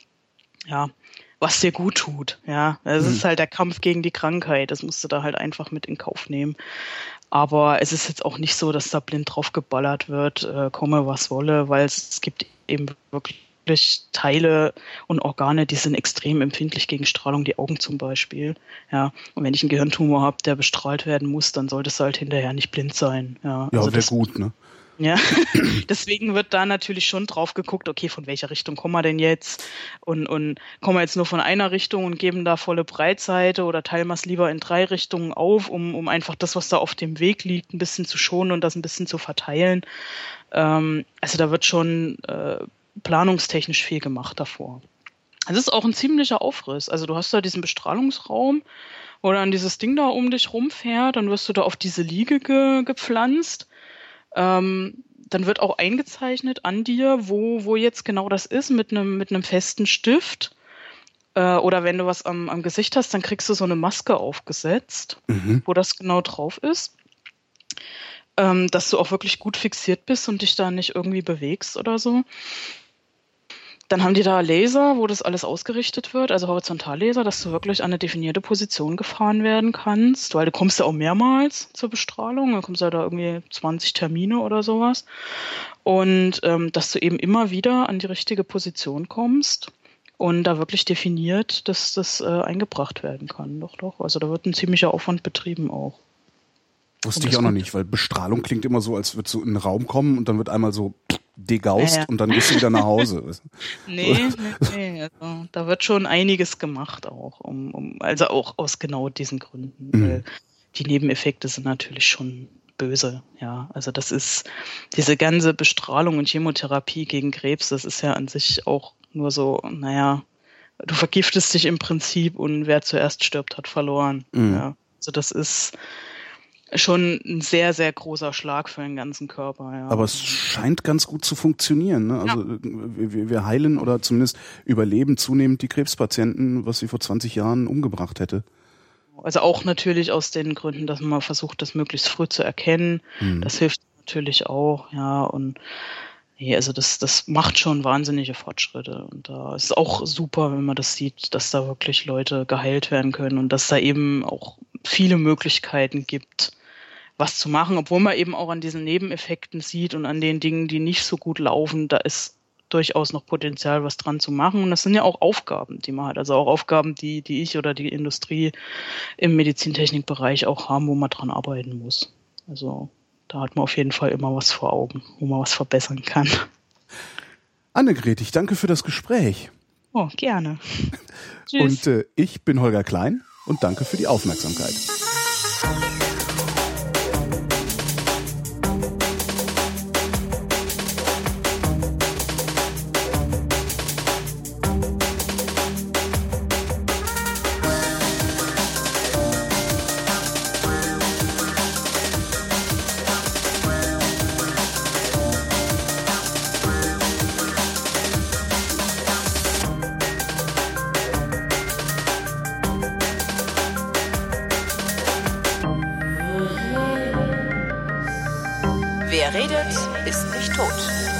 dir gut tut. Ja, das ist halt der Kampf gegen die Krankheit. Das musst du da halt einfach mit in Kauf nehmen. Aber es ist jetzt auch nicht so, dass da blind drauf geballert wird, komme was wolle, weil es gibt eben wirklich wirklich Teile und Organe, die sind extrem empfindlich gegen Strahlung, die Augen zum Beispiel. Ja, und wenn ich einen Gehirntumor habe, der bestrahlt werden muss, dann sollte es halt hinterher nicht blind sein. Ja, ja, also wäre gut, ne? Ja, deswegen wird da natürlich schon drauf geguckt, okay, von welcher Richtung kommen wir denn jetzt? Und kommen wir jetzt nur von einer Richtung und geben da volle Breitseite oder teilen wir es lieber in 3 Richtungen auf, um einfach das, was da auf dem Weg liegt, ein bisschen zu schonen und das ein bisschen zu verteilen. Also da wird schon planungstechnisch viel gemacht davor. Es ist auch ein ziemlicher Aufriss. Also du hast da diesen Bestrahlungsraum, wo dann dieses Ding da um dich rumfährt, dann wirst du da auf diese Liege gepflanzt. Dann wird auch eingezeichnet an dir, wo jetzt genau das ist, mit einem festen Stift. Oder wenn du was am Gesicht hast, dann kriegst du so eine Maske aufgesetzt, wo das genau drauf ist. Dass du auch wirklich gut fixiert bist und dich da nicht irgendwie bewegst oder so. Dann haben die da Laser, wo das alles ausgerichtet wird, also Horizontallaser, dass du wirklich an eine definierte Position gefahren werden kannst, weil du kommst ja auch mehrmals zur Bestrahlung, dann kommst ja da irgendwie 20 Termine oder sowas. Und dass du eben immer wieder an die richtige Position kommst und da wirklich definiert, dass das eingebracht werden kann. Doch. Also da wird ein ziemlicher Aufwand betrieben auch. Wusste ich auch noch nicht, weil Bestrahlung klingt immer so, als würdest du in einen Raum kommen und dann wird einmal so degaust und dann gehst du wieder nach Hause. Nee. Also, da wird schon einiges gemacht auch, also auch aus genau diesen Gründen. Weil die Nebeneffekte sind natürlich schon böse, ja. Also das ist diese ganze Bestrahlung und Chemotherapie gegen Krebs, das ist ja an sich auch nur so, du vergiftest dich im Prinzip und wer zuerst stirbt, hat verloren. Ja. Also das ist schon ein sehr, sehr großer Schlag für den ganzen Körper. Ja. Aber es scheint ganz gut zu funktionieren. Ne? Also wir heilen oder zumindest überleben zunehmend die Krebspatienten, was sie vor 20 Jahren umgebracht hätte. Also auch natürlich aus den Gründen, dass man versucht, das möglichst früh zu erkennen. Das hilft natürlich auch, ja. Und also das macht schon wahnsinnige Fortschritte. Und da ist es auch super, wenn man das sieht, dass da wirklich Leute geheilt werden können und dass da eben auch viele Möglichkeiten gibt, was zu machen, obwohl man eben auch an diesen Nebeneffekten sieht und an den Dingen, die nicht so gut laufen, da ist durchaus noch Potenzial, was dran zu machen. Und das sind ja auch Aufgaben, die man hat. Also auch Aufgaben, die ich oder die Industrie im Medizintechnikbereich auch haben, wo man dran arbeiten muss. Also da hat man auf jeden Fall immer was vor Augen, wo man was verbessern kann. Annegret, ich danke für das Gespräch. Oh, gerne. Tschüss. Und ich bin Holger Klein und danke für die Aufmerksamkeit. Wer redet, ist nicht tot.